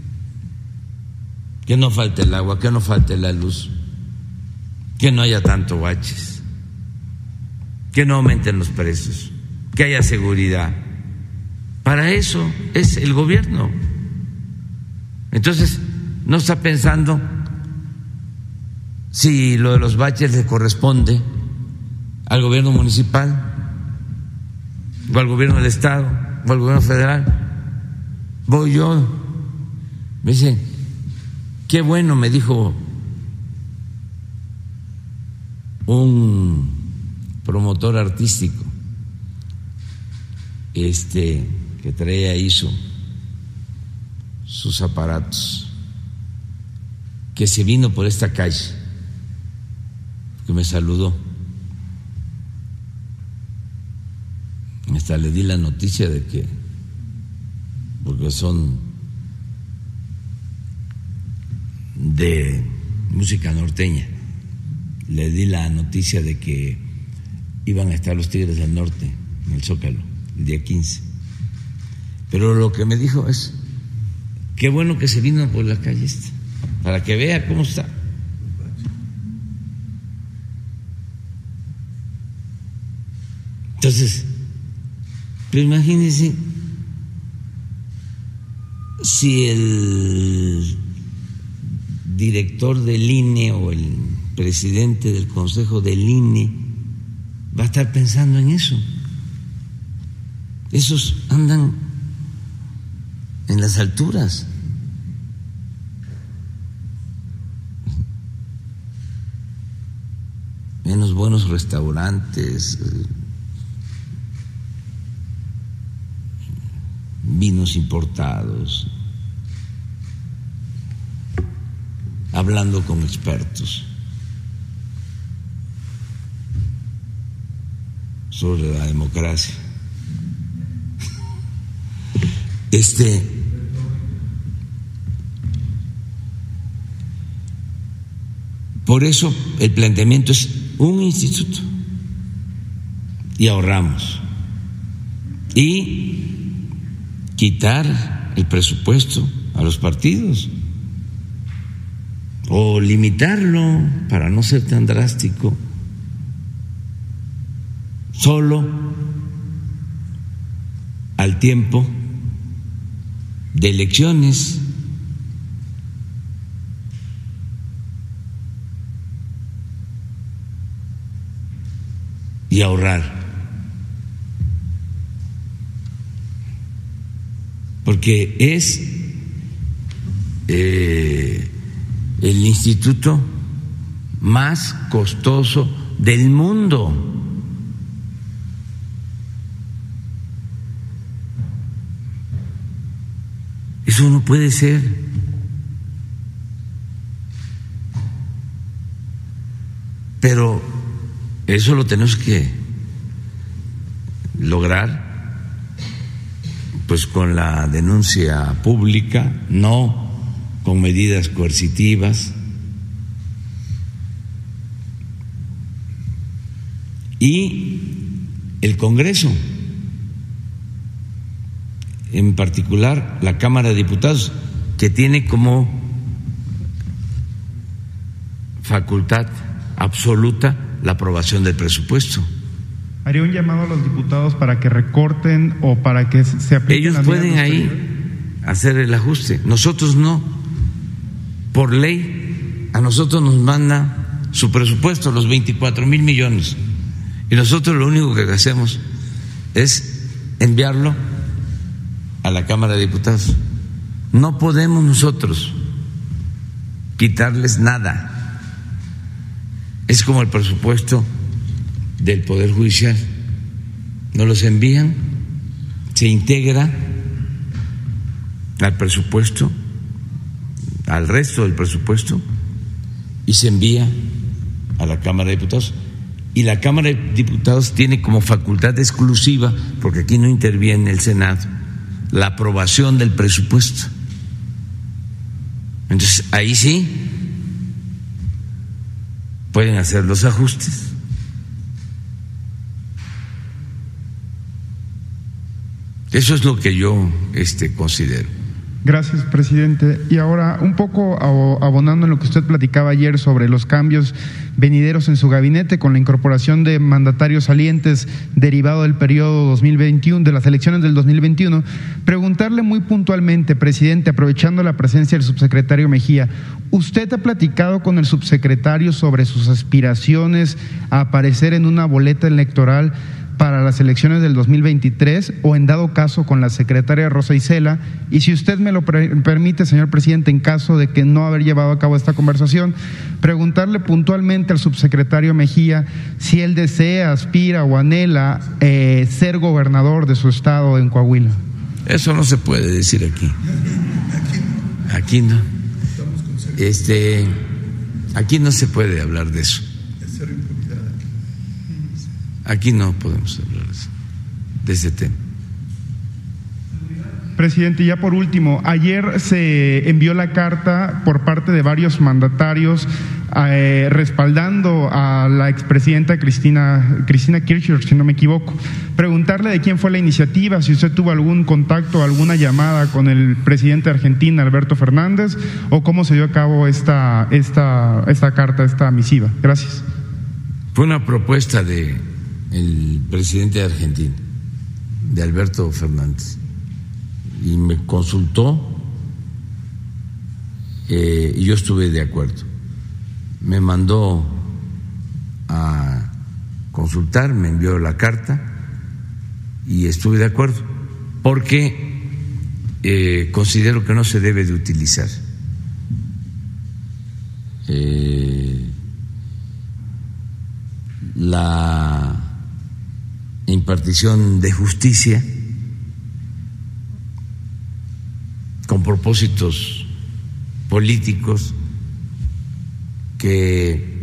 que no falte el agua, que no falte la luz, que no haya tanto baches, que no aumenten los precios, que haya seguridad. Para eso es el gobierno. Entonces, no está pensando si lo de los baches le corresponde al gobierno municipal, o al gobierno del estado, o al gobierno federal. Voy yo, me dice, qué bueno, me dijo un promotor artístico que traía ahí sus aparatos, que se vino por esta calle, que me saludó. Hasta le di la noticia de que, porque son de música norteña, le di la noticia de que iban a estar los Tigres del Norte en el Zócalo el día 15. Pero lo que me dijo es, qué bueno que se vino por la calle esta, para que vea cómo está. Entonces, pero imagínense si el director del INE o el presidente del Consejo del INE va a estar pensando en eso. Esos andan en las alturas. En los buenos restaurantes, vinos importados, hablando con expertos sobre la democracia. Por eso el planteamiento es un instituto y ahorramos, y quitar el presupuesto a los partidos o limitarlo para no ser tan drástico, solo al tiempo de elecciones. Y ahorrar, porque es el instituto más costoso del mundo. Eso no puede ser. Pero eso lo tenemos que lograr pues con la denuncia pública, no con medidas coercitivas, y el Congreso, en particular la Cámara de Diputados, que tiene como facultad absoluta la aprobación del presupuesto. ¿Haría un llamado a los diputados para que recorten o para que se apliquen? Ellos pueden ahí hacer el ajuste, nosotros no. Por ley, a nosotros nos manda su presupuesto, los 24,000 millones, y nosotros lo único que hacemos es enviarlo a la Cámara de Diputados. No podemos nosotros quitarles nada. Es como el presupuesto del Poder Judicial. Nos los envían, se integra al presupuesto, al resto del presupuesto, y se envía a la Cámara de Diputados. Y la Cámara de Diputados tiene como facultad exclusiva, porque aquí no interviene el Senado, la aprobación del presupuesto. Entonces, ahí sí pueden hacer los ajustes. Eso es lo que yo considero. Gracias, presidente. Y ahora, un poco abonando en lo que usted platicaba ayer sobre los cambios venideros en su gabinete con la incorporación de mandatarios salientes derivado del periodo 2021, de las elecciones del 2021, preguntarle muy puntualmente, presidente, aprovechando la presencia del subsecretario Mejía, ¿usted ha platicado con el subsecretario sobre sus aspiraciones a aparecer en una boleta electoral para las elecciones del 2023 o en dado caso con la secretaria Rosa Isela? Y si usted me lo permite, señor presidente, en caso de que no haber llevado a cabo esta conversación, preguntarle puntualmente al subsecretario Mejía si él desea, aspira o anhela ser gobernador de su estado en Coahuila. Eso no se puede decir aquí. Aquí no. Aquí no se puede hablar de eso. Aquí no podemos hablar de ese tema. Presidente, ya por último, ayer se envió la carta por parte de varios mandatarios respaldando a la expresidenta Cristina Kirchner, si no me equivoco. Preguntarle de quién fue la iniciativa, si usted tuvo algún contacto, alguna llamada con el presidente de Argentina, Alberto Fernández, o cómo se dio a cabo esta carta, esta misiva. Gracias. Fue una propuesta del presidente de Argentina, de Alberto Fernández, y me consultó y yo estuve de acuerdo. Me mandó a consultar, me envió la carta y estuve de acuerdo, porque considero que no se debe de utilizar la impartición de justicia con propósitos políticos, que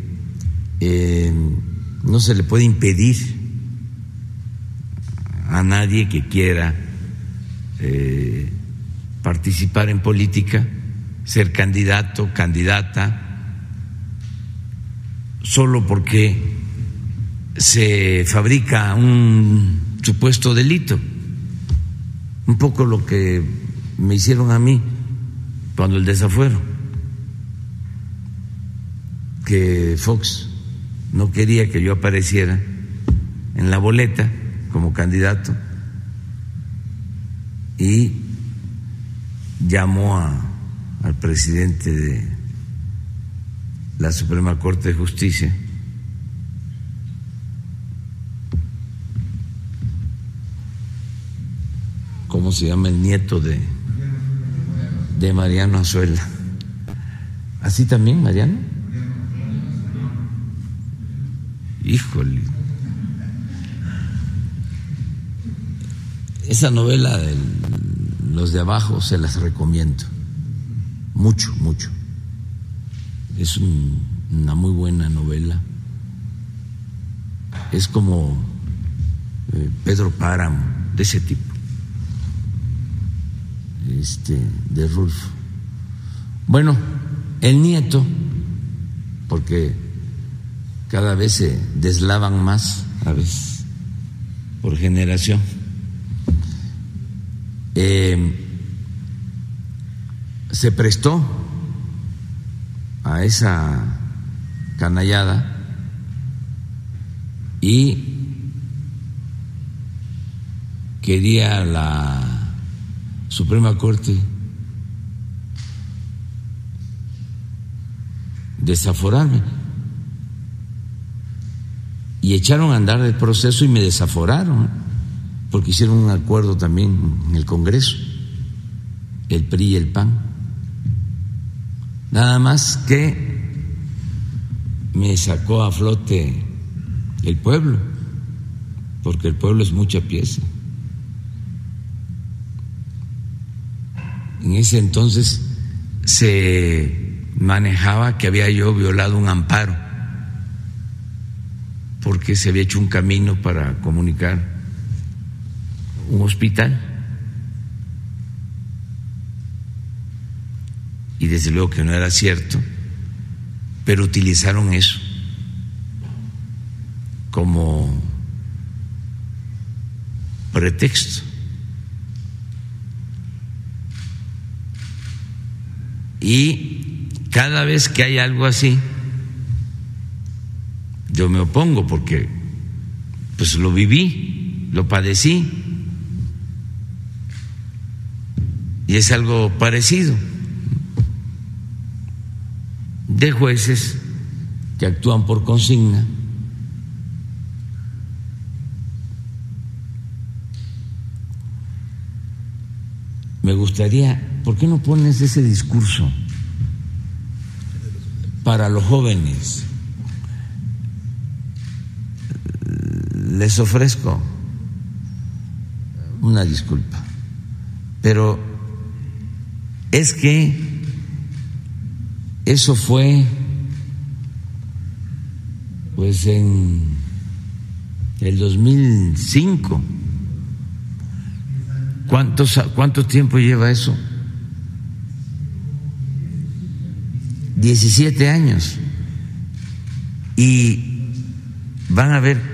no se le puede impedir a nadie que quiera participar en política, ser candidato, candidata, solo porque se fabrica un supuesto delito. Un poco lo que me hicieron a mí cuando el desafuero, que Fox no quería que yo apareciera en la boleta como candidato y llamó al presidente de la Suprema Corte de Justicia ¿cómo se llama el nieto de Mariano Azuela? ¿Así también, Mariano? Híjole. Esa novela de Los de Abajo se las recomiendo. Mucho, mucho. Es una muy buena novela. Es como Pedro Páramo, de ese tipo. De Rulfo. Bueno, el nieto, porque cada vez se deslavan más, a veces por generación, se prestó a esa canallada y quería la Suprema Corte desaforarme y echaron a andar el proceso y me desaforaron porque hicieron un acuerdo también en el Congreso, el PRI y el PAN. Nada más que me sacó a flote el pueblo, porque el pueblo es mucha pieza. En ese entonces se manejaba que había yo violado un amparo, porque se había hecho un camino para comunicar un hospital, y desde luego que no era cierto, pero utilizaron eso como pretexto. Y cada vez que hay algo así, yo me opongo porque pues lo viví, lo padecí, y es algo parecido, de jueces que actúan por consigna, me gustaría, ¿por qué no pones ese discurso para los jóvenes? Les ofrezco una disculpa, pero es que eso fue pues en el 2005. ¿Cuánto tiempo lleva eso? 17 años. Y van a ver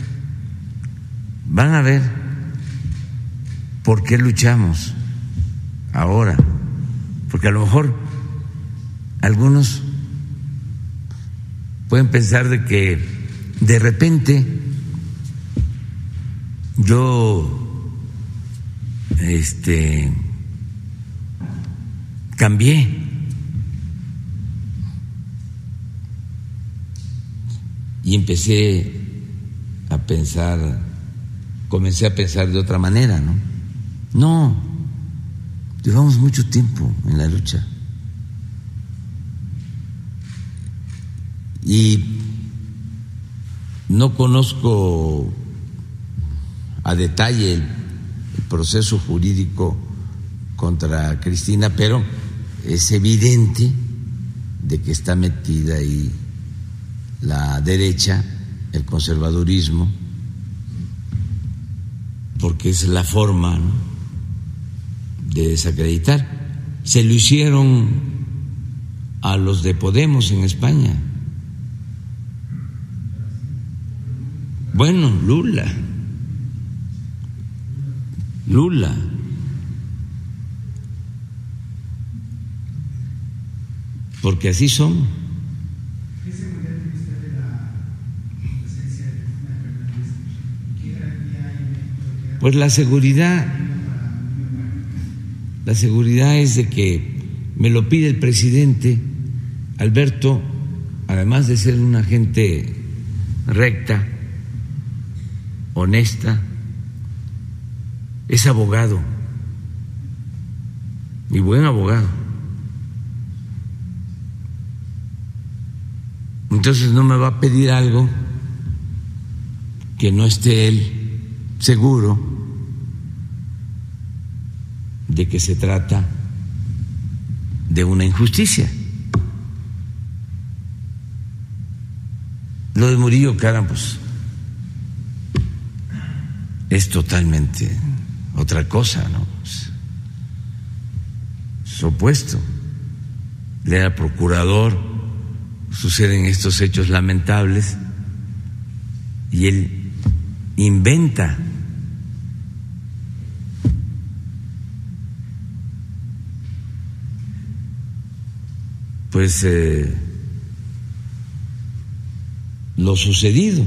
por qué luchamos ahora, porque a lo mejor algunos pueden pensar de que de repente yo cambié. Y comencé a pensar de otra manera, ¿no? No, llevamos mucho tiempo en la lucha. Y no conozco a detalle el proceso jurídico contra Cristina, pero es evidente de que está metida ahí la derecha, el conservadurismo, porque es la forma, ¿no?, de desacreditar. Se lo hicieron a los de Podemos en España. Bueno, Lula, porque así son. ¿Qué seguridad tiene usted de la presencia de Cristina Fernández? ¿Qué garantía hay en México? Pues la seguridad es de que me lo pide el presidente. Alberto, además de ser una gente recta, honesta, es abogado y buen abogado. Entonces no me va a pedir algo que no esté él seguro de que se trata de una injusticia. Lo de Murillo Karam, pues, es totalmente otra cosa, ¿no? Es opuesto. Le era procurador, suceden estos hechos lamentables y él inventa pues lo sucedido.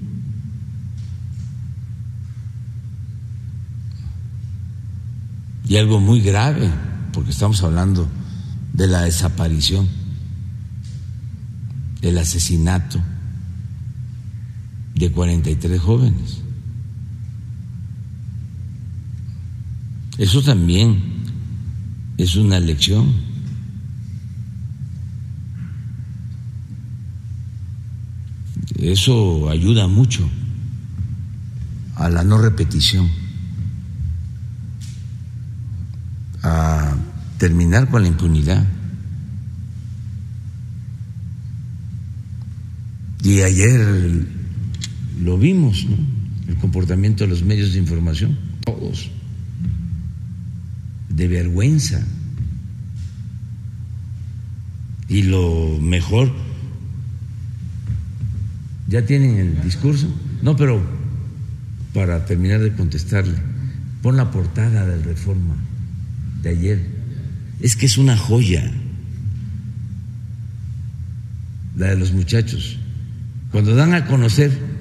Y algo muy grave, porque estamos hablando de la desaparición, el asesinato de 43 jóvenes. Eso también es una lección. Eso ayuda mucho a la no repetición, a terminar con la impunidad. Y ayer lo vimos, ¿no? El comportamiento de los medios de información, todos de vergüenza. Y lo mejor, ¿ya tienen el discurso? No, pero para terminar de contestarle, pon la portada del Reforma de ayer. Es que es una joya, la de los muchachos. Cuando dan a conocer.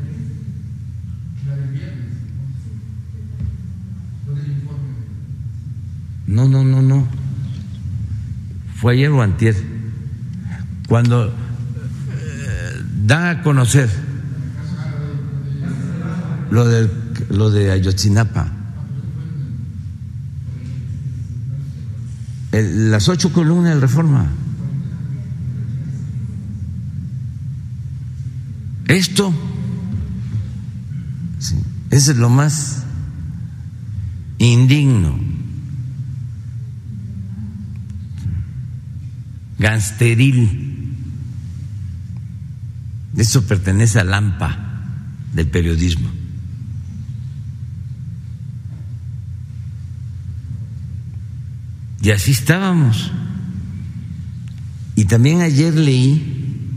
No. Fue ayer o antier. Cuando dan a conocer lo de Ayotzinapa, las 8 columnas del Reforma. Esto sí, es lo más indigno, gangsteril. Esto pertenece al AMPA del periodismo. Y así estábamos. Y también ayer leí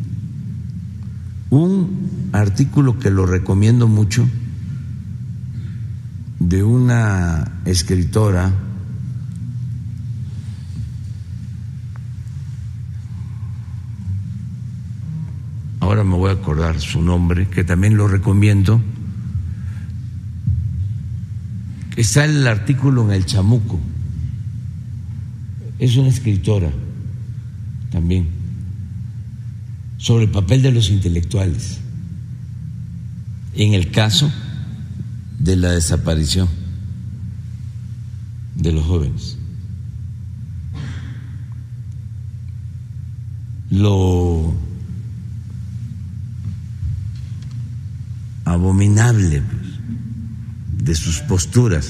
un artículo que lo recomiendo mucho de una escritora ahora me voy a acordar su nombre, que también lo recomiendo. Está el artículo en El Chamuco. Es una escritora también sobre el papel de los intelectuales en el caso de la desaparición de los jóvenes. Lo abominable de sus posturas.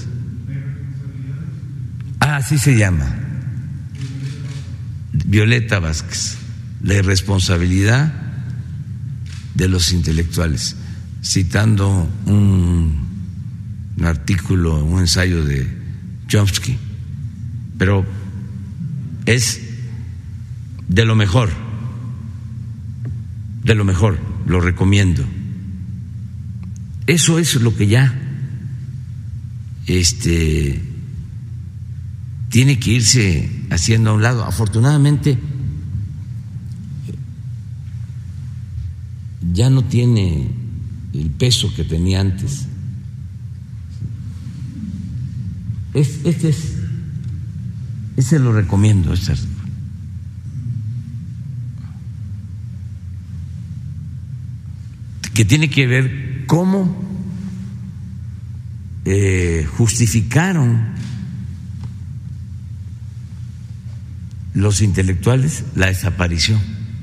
Así se llama. Violeta Vázquez, la irresponsabilidad de los intelectuales, citando un artículo, un ensayo de Chomsky, pero es de lo mejor, lo recomiendo. Eso es lo que ya tiene que irse haciendo a un lado. Afortunadamente ya no tiene el peso que tenía antes. Ese lo recomiendo, este artículo. Que tiene que ver cómo justificaron los intelectuales la desaparición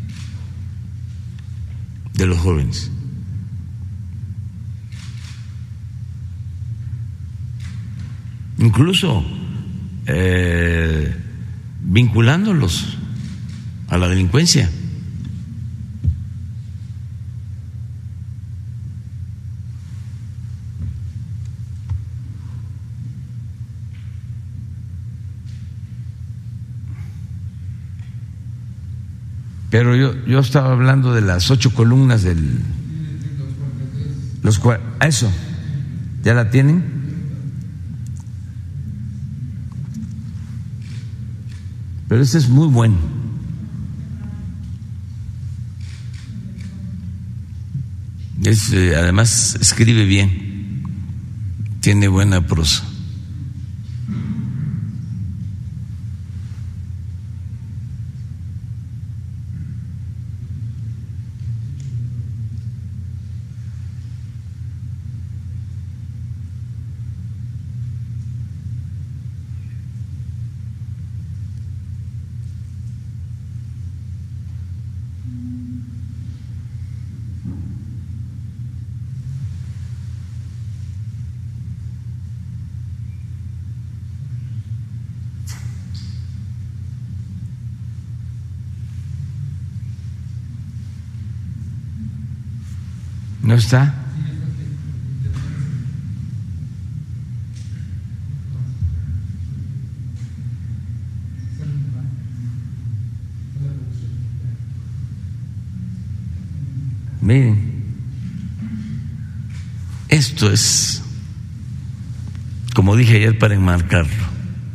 de los jóvenes. Incluso vinculándolos a la delincuencia. Pero yo estaba hablando de las 8 columnas del... Eso, ¿ya la tienen? Pero ese es muy bueno. Además escribe bien, tiene buena prosa. ¿No está? Miren, esto es, como dije ayer, para enmarcarlo.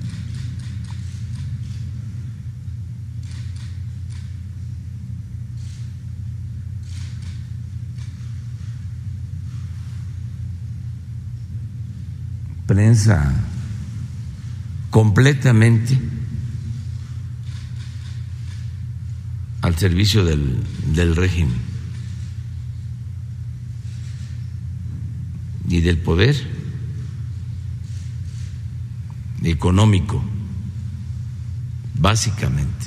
Prensa completamente al servicio del régimen y del poder económico, básicamente.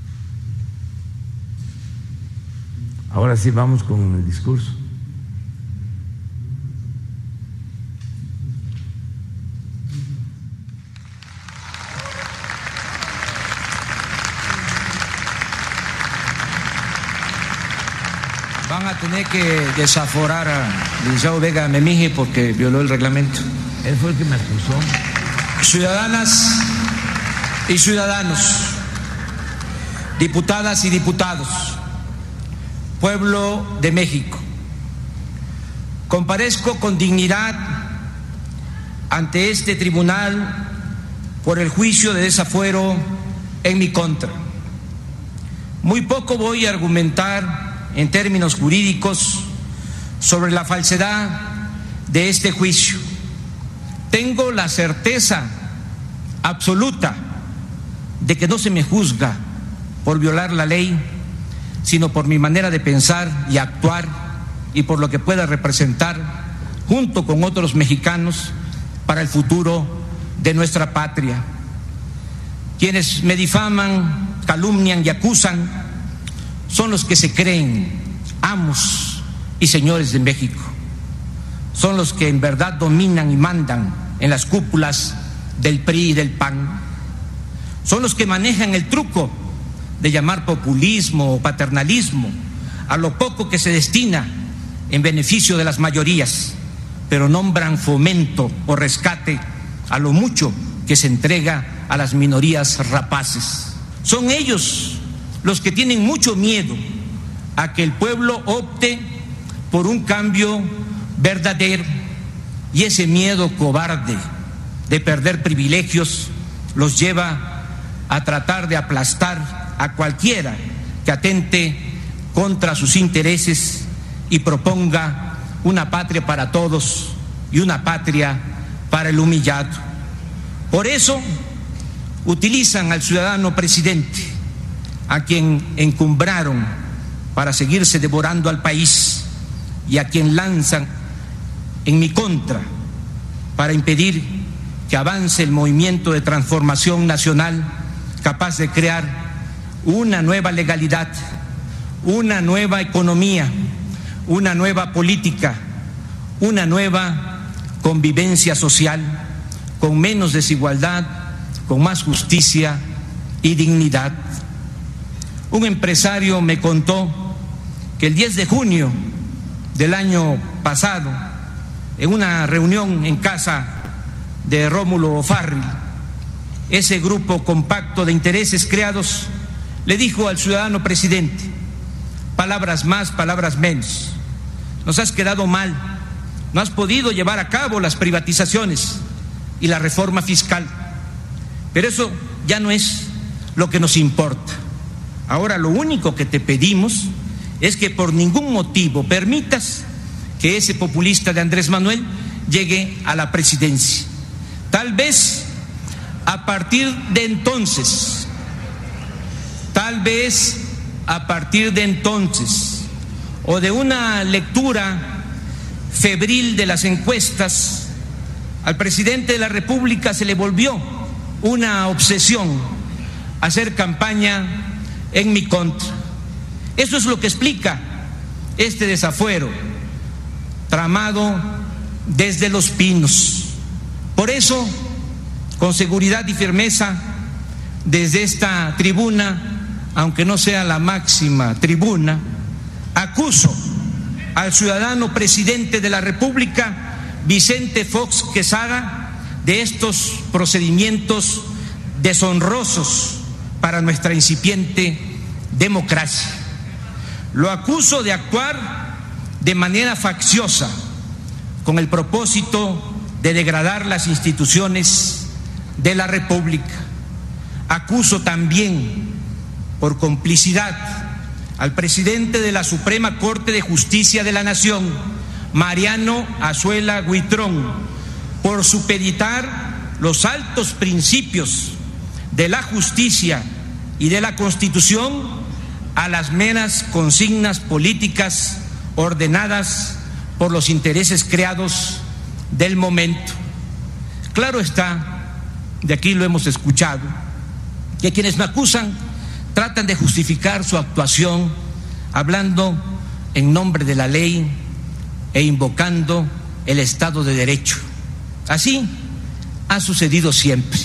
Ahora sí vamos con el discurso. Van a tener que desaforar a Liceo Vega Memije porque violó el reglamento. Él fue el que me acusó. Ciudadanas y ciudadanos, diputadas y diputados, pueblo de México, comparezco con dignidad ante este tribunal por el juicio de desafuero en mi contra. Muy poco voy a argumentar en términos jurídicos sobre la falsedad de este juicio. Tengo la certeza absoluta de que no se me juzga por violar la ley, sino por mi manera de pensar y actuar y por lo que pueda representar junto con otros mexicanos para el futuro de nuestra patria. Quienes me difaman, calumnian y acusan son los que se creen amos y señores de México. Son los que en verdad dominan y mandan en las cúpulas del PRI y del PAN. Son los que manejan el truco de llamar populismo o paternalismo a lo poco que se destina en beneficio de las mayorías, pero nombran fomento o rescate a lo mucho que se entrega a las minorías rapaces. Son ellos los que tienen mucho miedo a que el pueblo opte por un cambio verdadero, y ese miedo cobarde de perder privilegios los lleva a tratar de aplastar a cualquiera que atente contra sus intereses y proponga una patria para todos y una patria para el humillado. Por eso utilizan al ciudadano presidente, a quien encumbraron para seguirse devorando al país y a quien lanzan en mi contra para impedir que avance el movimiento de transformación nacional capaz de crear una nueva legalidad, una nueva economía, una nueva política, una nueva convivencia social con menos desigualdad, con más justicia y dignidad. Un empresario me contó que el 10 de junio del año pasado, en una reunión en casa de Rómulo O'Farrill, ese grupo compacto de intereses creados le dijo al ciudadano presidente: palabras más, palabras menos, nos has quedado mal, no has podido llevar a cabo las privatizaciones y la reforma fiscal, pero eso ya no es lo que nos importa. Ahora lo único que te pedimos es que por ningún motivo permitas que ese populista de Andrés Manuel llegue a la presidencia. Tal vez a partir de entonces, o de una lectura febril de las encuestas, al presidente de la República se le volvió una obsesión hacer campaña en mi contra. Eso es lo que explica este desafuero tramado desde Los Pinos. Por eso, con seguridad y firmeza, desde esta tribuna, aunque no sea la máxima tribuna, acuso al ciudadano presidente de la República, Vicente Fox Quesada, de estos procedimientos deshonrosos para nuestra incipiente democracia. Lo acuso de actuar de manera facciosa con el propósito de degradar las instituciones de la República. Acuso también por complicidad al presidente de la Suprema Corte de Justicia de la Nación, Mariano Azuela Huitrón, por supeditar los altos principios de la justicia y de la Constitución a las meras consignas políticas ordenadas por los intereses creados del momento. Claro está, de aquí lo hemos escuchado, que quienes me acusan tratan de justificar su actuación hablando en nombre de la ley e invocando el Estado de Derecho. Así ha sucedido siempre.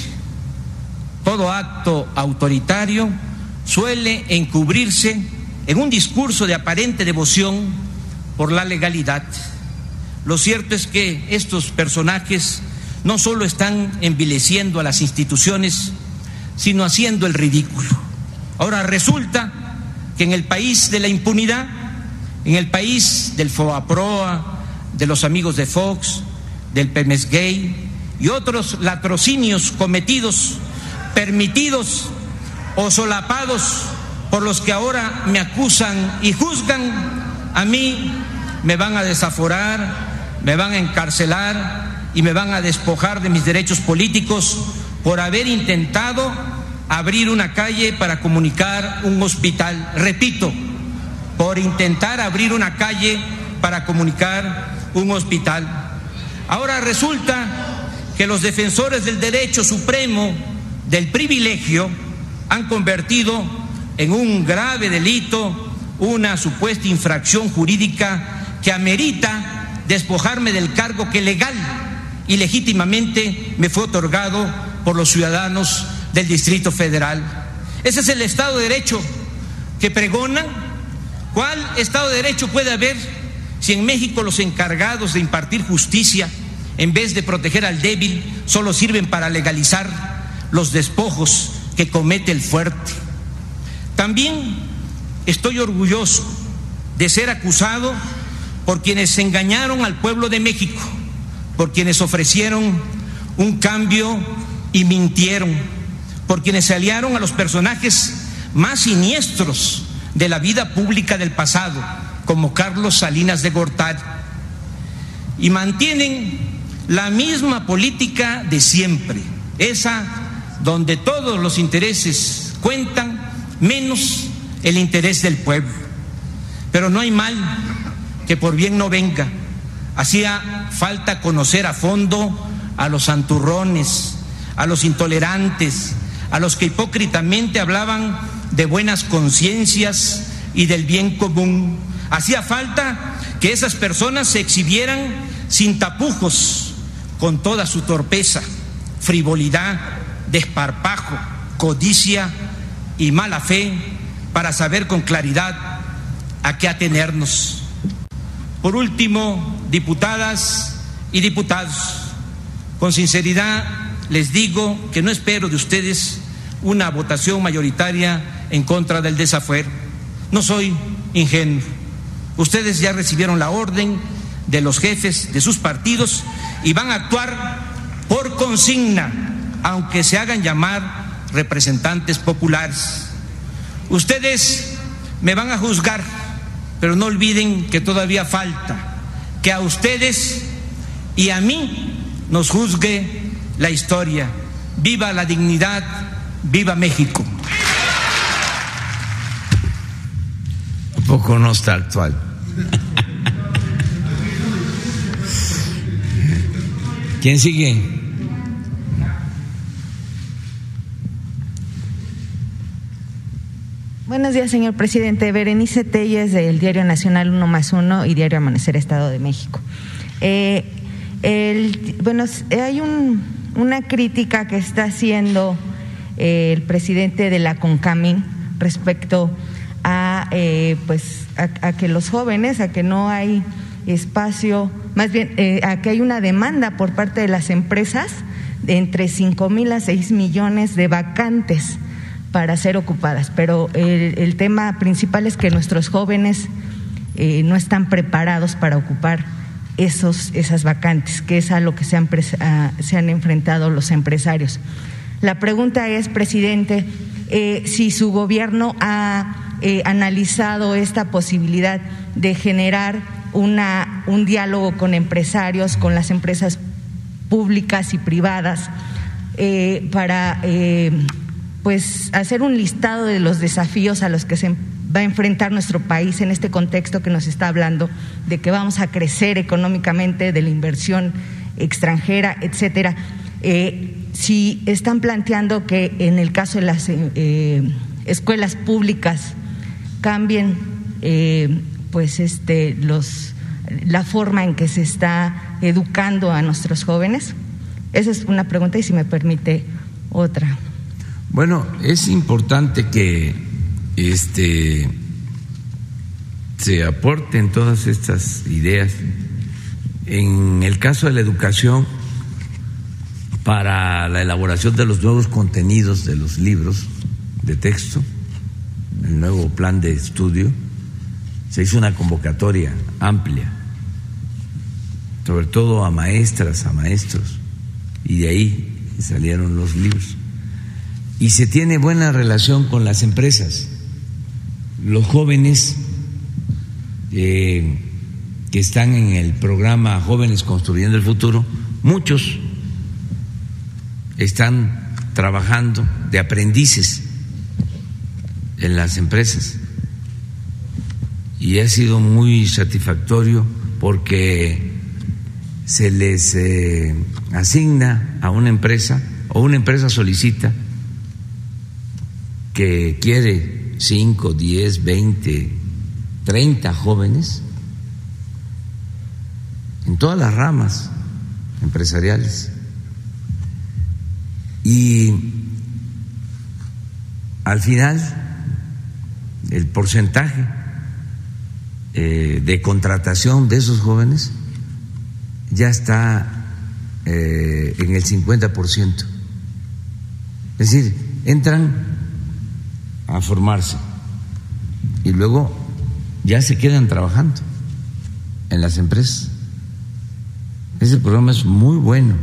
Todo acto autoritario suele encubrirse en un discurso de aparente devoción por la legalidad. Lo cierto es que estos personajes no solo están envileciendo a las instituciones, sino haciendo el ridículo. Ahora resulta que en el país de la impunidad, en el país del FOAPROA, de los amigos de Fox, del Pemex Gay y otros latrocinios cometidos, permitidos o solapados por los que ahora me acusan y juzgan, a mí me van a desaforar, me van a encarcelar y me van a despojar de mis derechos políticos por haber intentado abrir una calle para comunicar un hospital. Repito, por intentar abrir una calle para comunicar un hospital. Ahora resulta que los defensores del derecho supremo del privilegio han convertido en un grave delito una supuesta infracción jurídica que amerita despojarme del cargo que legal y legítimamente me fue otorgado por los ciudadanos del Distrito Federal. Ese es el Estado de Derecho que pregonan. ¿Cuál Estado de Derecho puede haber si en México los encargados de impartir justicia, en vez de proteger al débil, solo sirven para legalizar los despojos que comete el fuerte? También estoy orgulloso de ser acusado por quienes engañaron al pueblo de México, por quienes ofrecieron un cambio y mintieron, por quienes se aliaron a los personajes más siniestros de la vida pública del pasado, como Carlos Salinas de Gortari, y mantienen la misma política de siempre, esa donde todos los intereses cuentan, menos el interés del pueblo. Pero no hay mal que por bien no venga. Hacía falta conocer a fondo a los santurrones, a los intolerantes, a los que hipócritamente hablaban de buenas conciencias y del bien común. Hacía falta que esas personas se exhibieran sin tapujos, con toda su torpeza, frivolidad, desparpajo, codicia y mala fe, para saber con claridad a qué atenernos. Por último, diputadas y diputados, con sinceridad les digo que no espero de ustedes una votación mayoritaria en contra del desafuero. No soy ingenuo. Ustedes ya recibieron la orden de los jefes de sus partidos y van a actuar por consigna, aunque se hagan llamar representantes populares. Ustedes me van a juzgar, pero no olviden que todavía falta que a ustedes y a mí nos juzgue la historia. Viva la dignidad, viva México. Un poco no está actual. ¿Quién sigue? Buenos días, señor presidente. Berenice Telles, del Diario Nacional 1+1 y Diario Amanecer, Estado de México. Hay una crítica que está haciendo el presidente de la CONCAMIN respecto a que los jóvenes, a que no hay espacio, más bien a que hay una demanda por parte de las empresas de entre 5,000 a 6 millones de vacantes para ser ocupadas. Pero el tema principal es que nuestros jóvenes no están preparados para ocupar esas vacantes, que es a lo que se han enfrentado los empresarios. La pregunta es, presidente, si su gobierno ha analizado esta posibilidad de generar un diálogo con empresarios, con las empresas públicas y privadas, para hacer un listado de los desafíos a los que se va a enfrentar nuestro país en este contexto que nos está hablando de que vamos a crecer económicamente, de la inversión extranjera, etcétera. Si están planteando que en el caso de las escuelas públicas cambien la forma en que se está educando a nuestros jóvenes. Esa es una pregunta, y si me permite otra. Bueno, es importante que se aporten todas estas ideas. En el caso de la educación, para la elaboración de los nuevos contenidos de los libros de texto, el nuevo plan de estudio, se hizo una convocatoria amplia, sobre todo a maestras, a maestros, y de ahí salieron los libros. Y se tiene buena relación con las empresas. Los jóvenes que están en el programa Jóvenes Construyendo el Futuro, muchos están trabajando de aprendices en las empresas, y ha sido muy satisfactorio porque se les asigna a una empresa, o una empresa solicita que quiere 5, 10, 20, 30 jóvenes en todas las ramas empresariales, y al final el porcentaje de contratación de esos jóvenes ya está en el 50%. Es decir, entran a formarse y luego ya se quedan trabajando en las empresas. Ese programa es muy bueno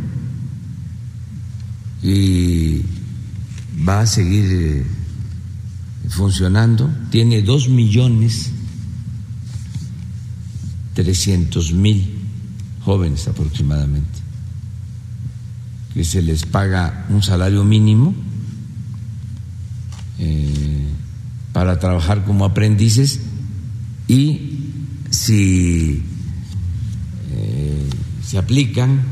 y va a seguir funcionando. Tiene 2.300.000 jóvenes aproximadamente, que se les paga un salario mínimo para trabajar como aprendices, y si se aplican,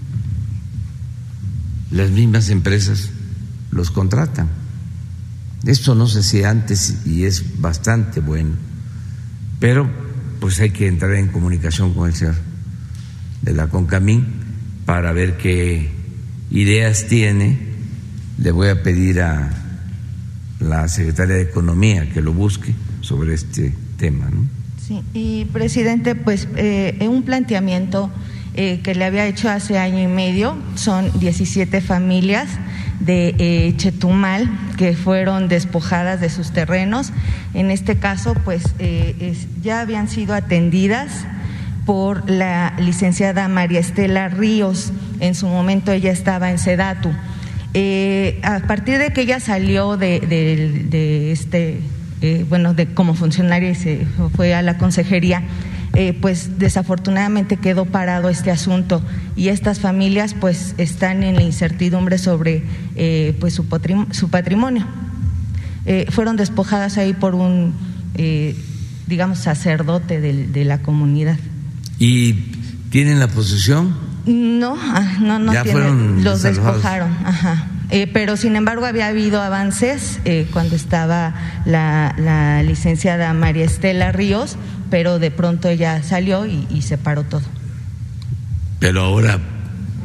las mismas empresas los contratan. Esto no se hacía antes y es bastante bueno, pero pues hay que entrar en comunicación con el señor de la CONCAMIN para ver qué ideas tiene. Le voy a pedir a la secretaria de Economía que lo busque sobre este tema, ¿no? Sí, y presidente, pues un planteamiento que le había hecho hace año y medio, son 17 familias de Chetumal que fueron despojadas de sus terrenos. En este caso, pues ya habían sido atendidas por la licenciada María Estela Ríos. En su momento ella estaba en Sedatu. A partir de que ella salió de como funcionaria y se fue a la consejería, pues desafortunadamente quedó parado este asunto, y estas familias pues están en la incertidumbre sobre pues su patrimonio. Fueron despojadas ahí por un sacerdote de la comunidad. ¿Y tienen la posesión? No ya tienen, los desalojados. despojaron, ajá. Pero sin embargo había habido avances cuando estaba la licenciada María Estela Ríos, pero de pronto ella salió y se paró todo. Pero ahora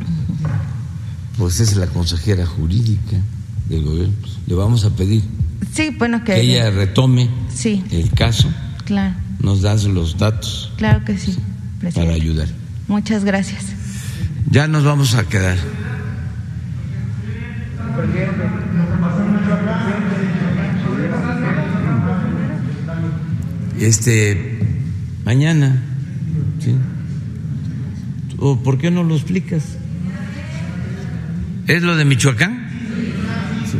pues es la consejera jurídica del gobierno, le vamos a pedir Sí, bueno, que ella retome sí, el caso. Claro. Nos das los datos. Claro que sí, presidente. Para ayudar. Muchas gracias. Ya nos vamos a quedar. Mañana, ¿sí? ¿O por qué no lo explicas? ¿Es lo de Michoacán? Sí.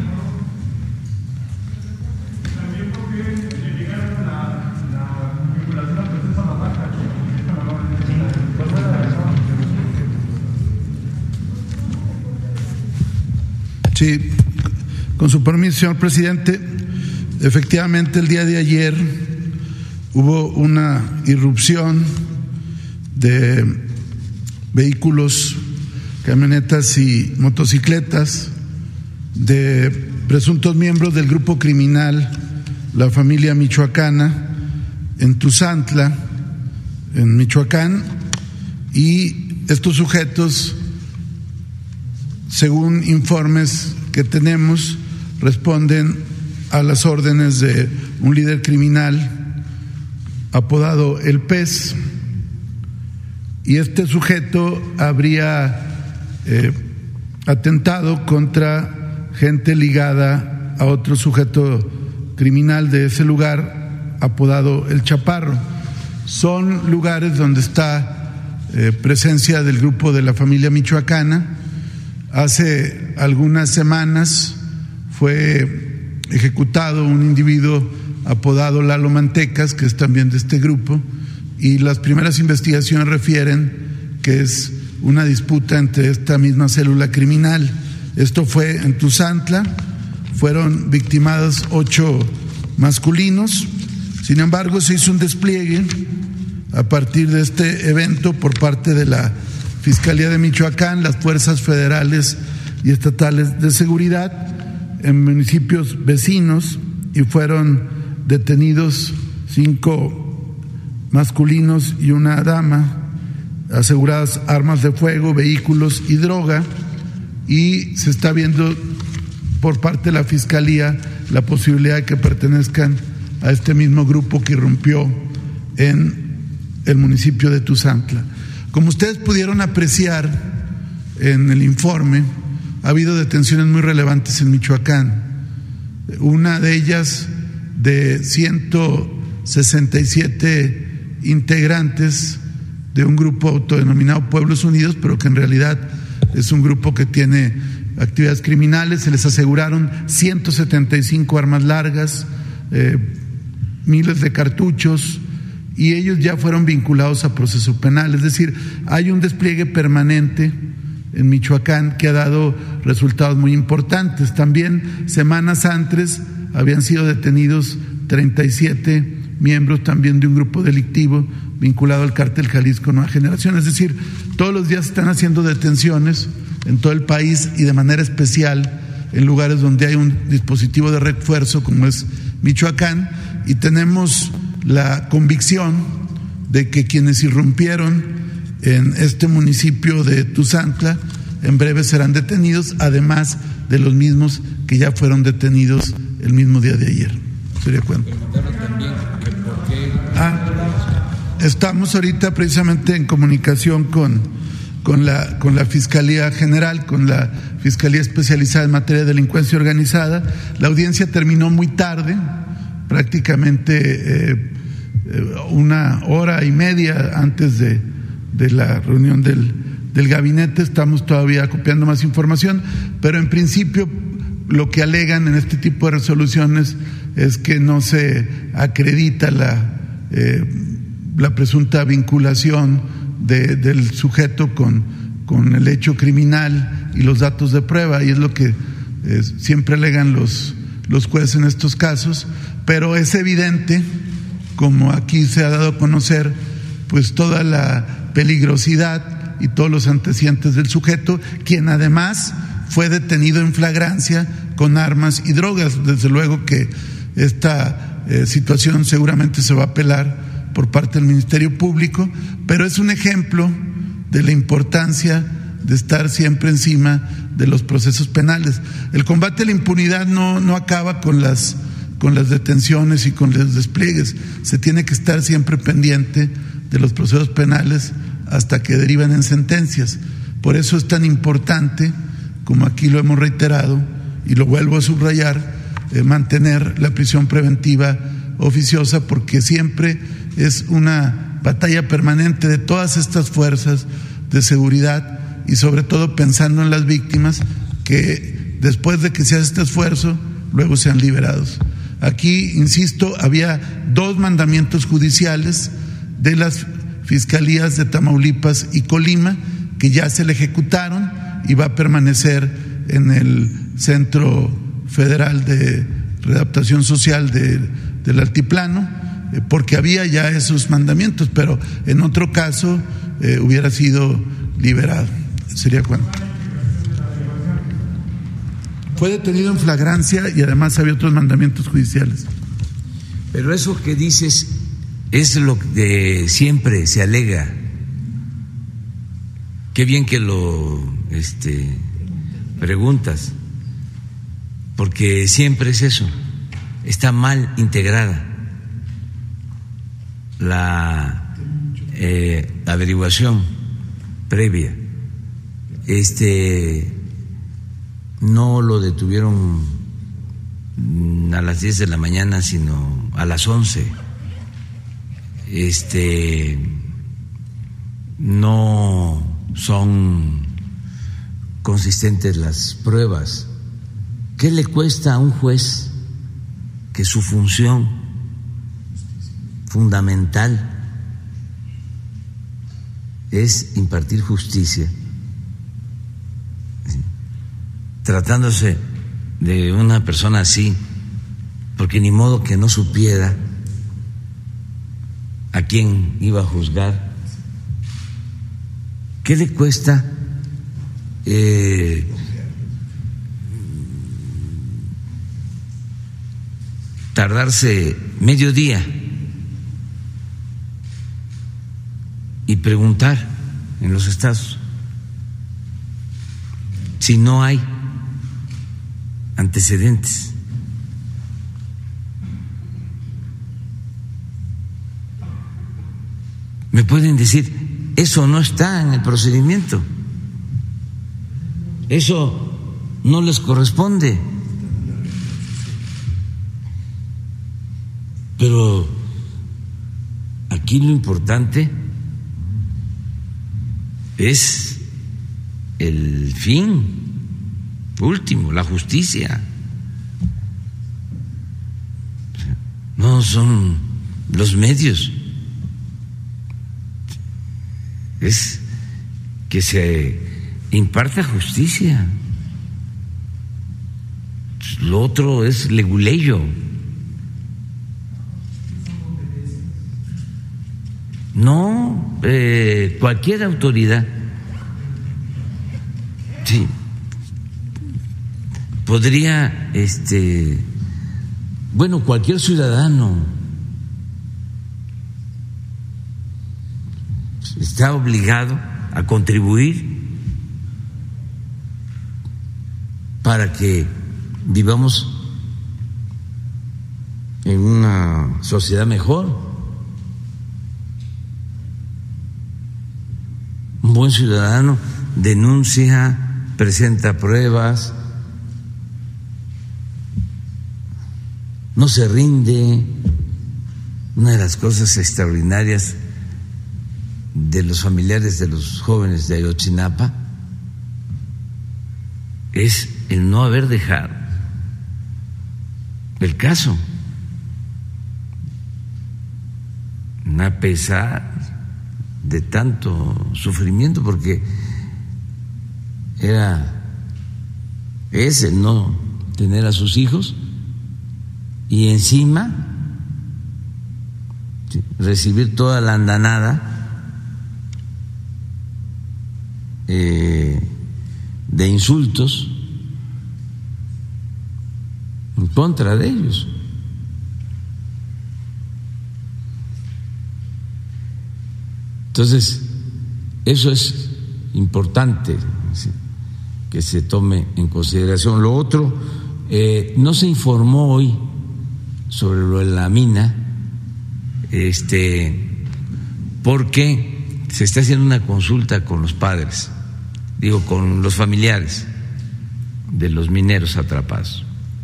Sí, con su permiso, señor presidente, efectivamente el día de ayer hubo una irrupción de vehículos, camionetas y motocicletas de presuntos miembros del grupo criminal La Familia Michoacana en Tuzantla, en Michoacán, y estos sujetos, según informes que tenemos, responden a las órdenes de un líder criminal apodado El Pez, y este sujeto habría atentado contra gente ligada a otro sujeto criminal de ese lugar apodado El Chaparro. Son lugares donde está presencia del grupo de La Familia Michoacana. Hace algunas semanas fue ejecutado un individuo apodado Lalo Mantecas, que es también de este grupo, y las primeras investigaciones refieren que es una disputa entre esta misma célula criminal. Esto fue en Tuzantla, fueron victimados 8 masculinos. Sin embargo, se hizo un despliegue a partir de este evento por parte de la Fiscalía de Michoacán, las fuerzas federales y estatales de seguridad en municipios vecinos, y fueron detenidos 5 masculinos y una dama, aseguradas armas de fuego, vehículos y droga, y se está viendo por parte de la Fiscalía la posibilidad de que pertenezcan a este mismo grupo que irrumpió en el municipio de Tuzantla. Como ustedes pudieron apreciar en el informe, ha habido detenciones muy relevantes en Michoacán. Una de ellas de 167 integrantes de un grupo autodenominado Pueblos Unidos, pero que en realidad es un grupo que tiene actividades criminales. Se les aseguraron 175 armas largas, miles de cartuchos, y ellos ya fueron vinculados a proceso penal. Es decir, hay un despliegue permanente en Michoacán que ha dado resultados muy importantes. También semanas antes habían sido detenidos 37 miembros también de un grupo delictivo vinculado al cártel Jalisco Nueva Generación. Es decir, todos los días están haciendo detenciones en todo el país, y de manera especial en lugares donde hay un dispositivo de refuerzo como es Michoacán, y tenemos la convicción de que quienes irrumpieron en este municipio de Tuzantla en breve serán detenidos, además de los mismos que ya fueron detenidos el mismo día de ayer. Sería cuento. Estamos ahorita precisamente en comunicación con la Fiscalía General, con la Fiscalía Especializada en Materia de Delincuencia Organizada. La audiencia terminó muy tarde, prácticamente 1 hora y media antes de la reunión del gabinete. Estamos todavía copiando más información, pero en principio lo que alegan en este tipo de resoluciones es que no se acredita la presunta vinculación del sujeto con el hecho criminal y los datos de prueba, y es lo que siempre alegan los jueces en estos casos. Pero es evidente, como aquí se ha dado a conocer, pues toda la peligrosidad y todos los antecedentes del sujeto, quien además fue detenido en flagrancia con armas y drogas. Desde luego que esta situación seguramente se va a apelar por parte del Ministerio Público, pero es un ejemplo de la importancia de estar siempre encima de los procesos penales. El combate a la impunidad no acaba con las con las detenciones y con los despliegues. Se tiene que estar siempre pendiente de los procesos penales hasta que derivan en sentencias. Por eso es tan importante, como aquí lo hemos reiterado y lo vuelvo a subrayar, mantener la prisión preventiva oficiosa, porque siempre es una batalla permanente de todas estas fuerzas de seguridad y sobre todo pensando en las víctimas que después de que se hace este esfuerzo luego sean liberados. Aquí, insisto, había 2 mandamientos judiciales de las fiscalías de Tamaulipas y Colima que ya se le ejecutaron y va a permanecer en el Centro Federal de Readaptación Social del Altiplano, porque había ya esos mandamientos, pero en otro caso hubiera sido liberado. ¿Sería cuánto? Fue detenido en flagrancia y además había otros mandamientos judiciales. Pero eso que dices es lo que siempre se alega. Qué bien que lo preguntas, porque siempre es eso. Está mal integrada la averiguación previa. No lo detuvieron a las 10 de la mañana, sino a las 11. No son consistentes las pruebas. ¿Qué le cuesta a un juez que su función fundamental es impartir justicia, tratándose de una persona así, porque ni modo que no supiera a quién iba a juzgar? ¿Qué le cuesta tardarse medio día y preguntar en los estados si no hay antecedentes? Me pueden decir, eso no está en el procedimiento, eso no les corresponde, pero aquí lo importante es el fin último, la justicia. No son los medios, es que se imparta justicia. Lo otro es leguleyo. No, cualquier autoridad sí podría, bueno, cualquier ciudadano está obligado a contribuir para que vivamos en una sociedad mejor. Un buen ciudadano denuncia, presenta pruebas, no se rinde. Una de las cosas extraordinarias de los familiares de los jóvenes de Ayotzinapa es el no haber dejado el caso, a pesar de tanto sufrimiento, porque es el no tener a sus hijos y encima recibir toda la andanada de insultos en contra de ellos. Entonces, eso es importante, ¿sí?, que se tome en consideración. Lo otro, no se informó hoy sobre lo de la mina, porque se está haciendo una consulta con los padres, con los familiares de los mineros atrapados.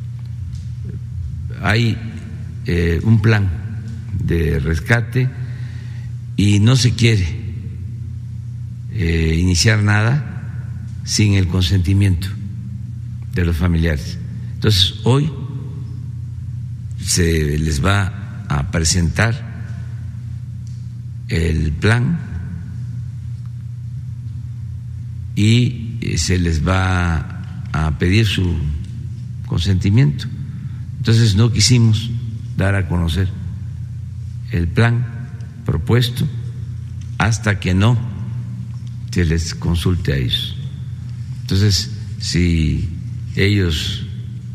Hay un plan de rescate y no se quiere iniciar nada sin el consentimiento de los familiares. Entonces, hoy se les va a presentar el plan y se les va a pedir su consentimiento. Entonces no quisimos dar a conocer el plan propuesto hasta que no se les consulte a ellos. Entonces, si ellos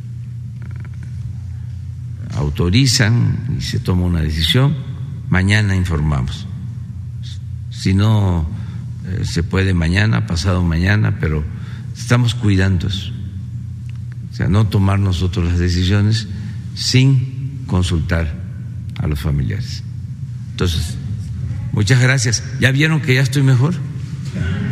autorizan y se toma una decisión, mañana informamos. Si no se puede mañana, pasado mañana, pero estamos cuidando eso. O sea, no tomar nosotros las decisiones sin consultar a los familiares. Entonces, muchas gracias. ¿Ya vieron que ya estoy mejor?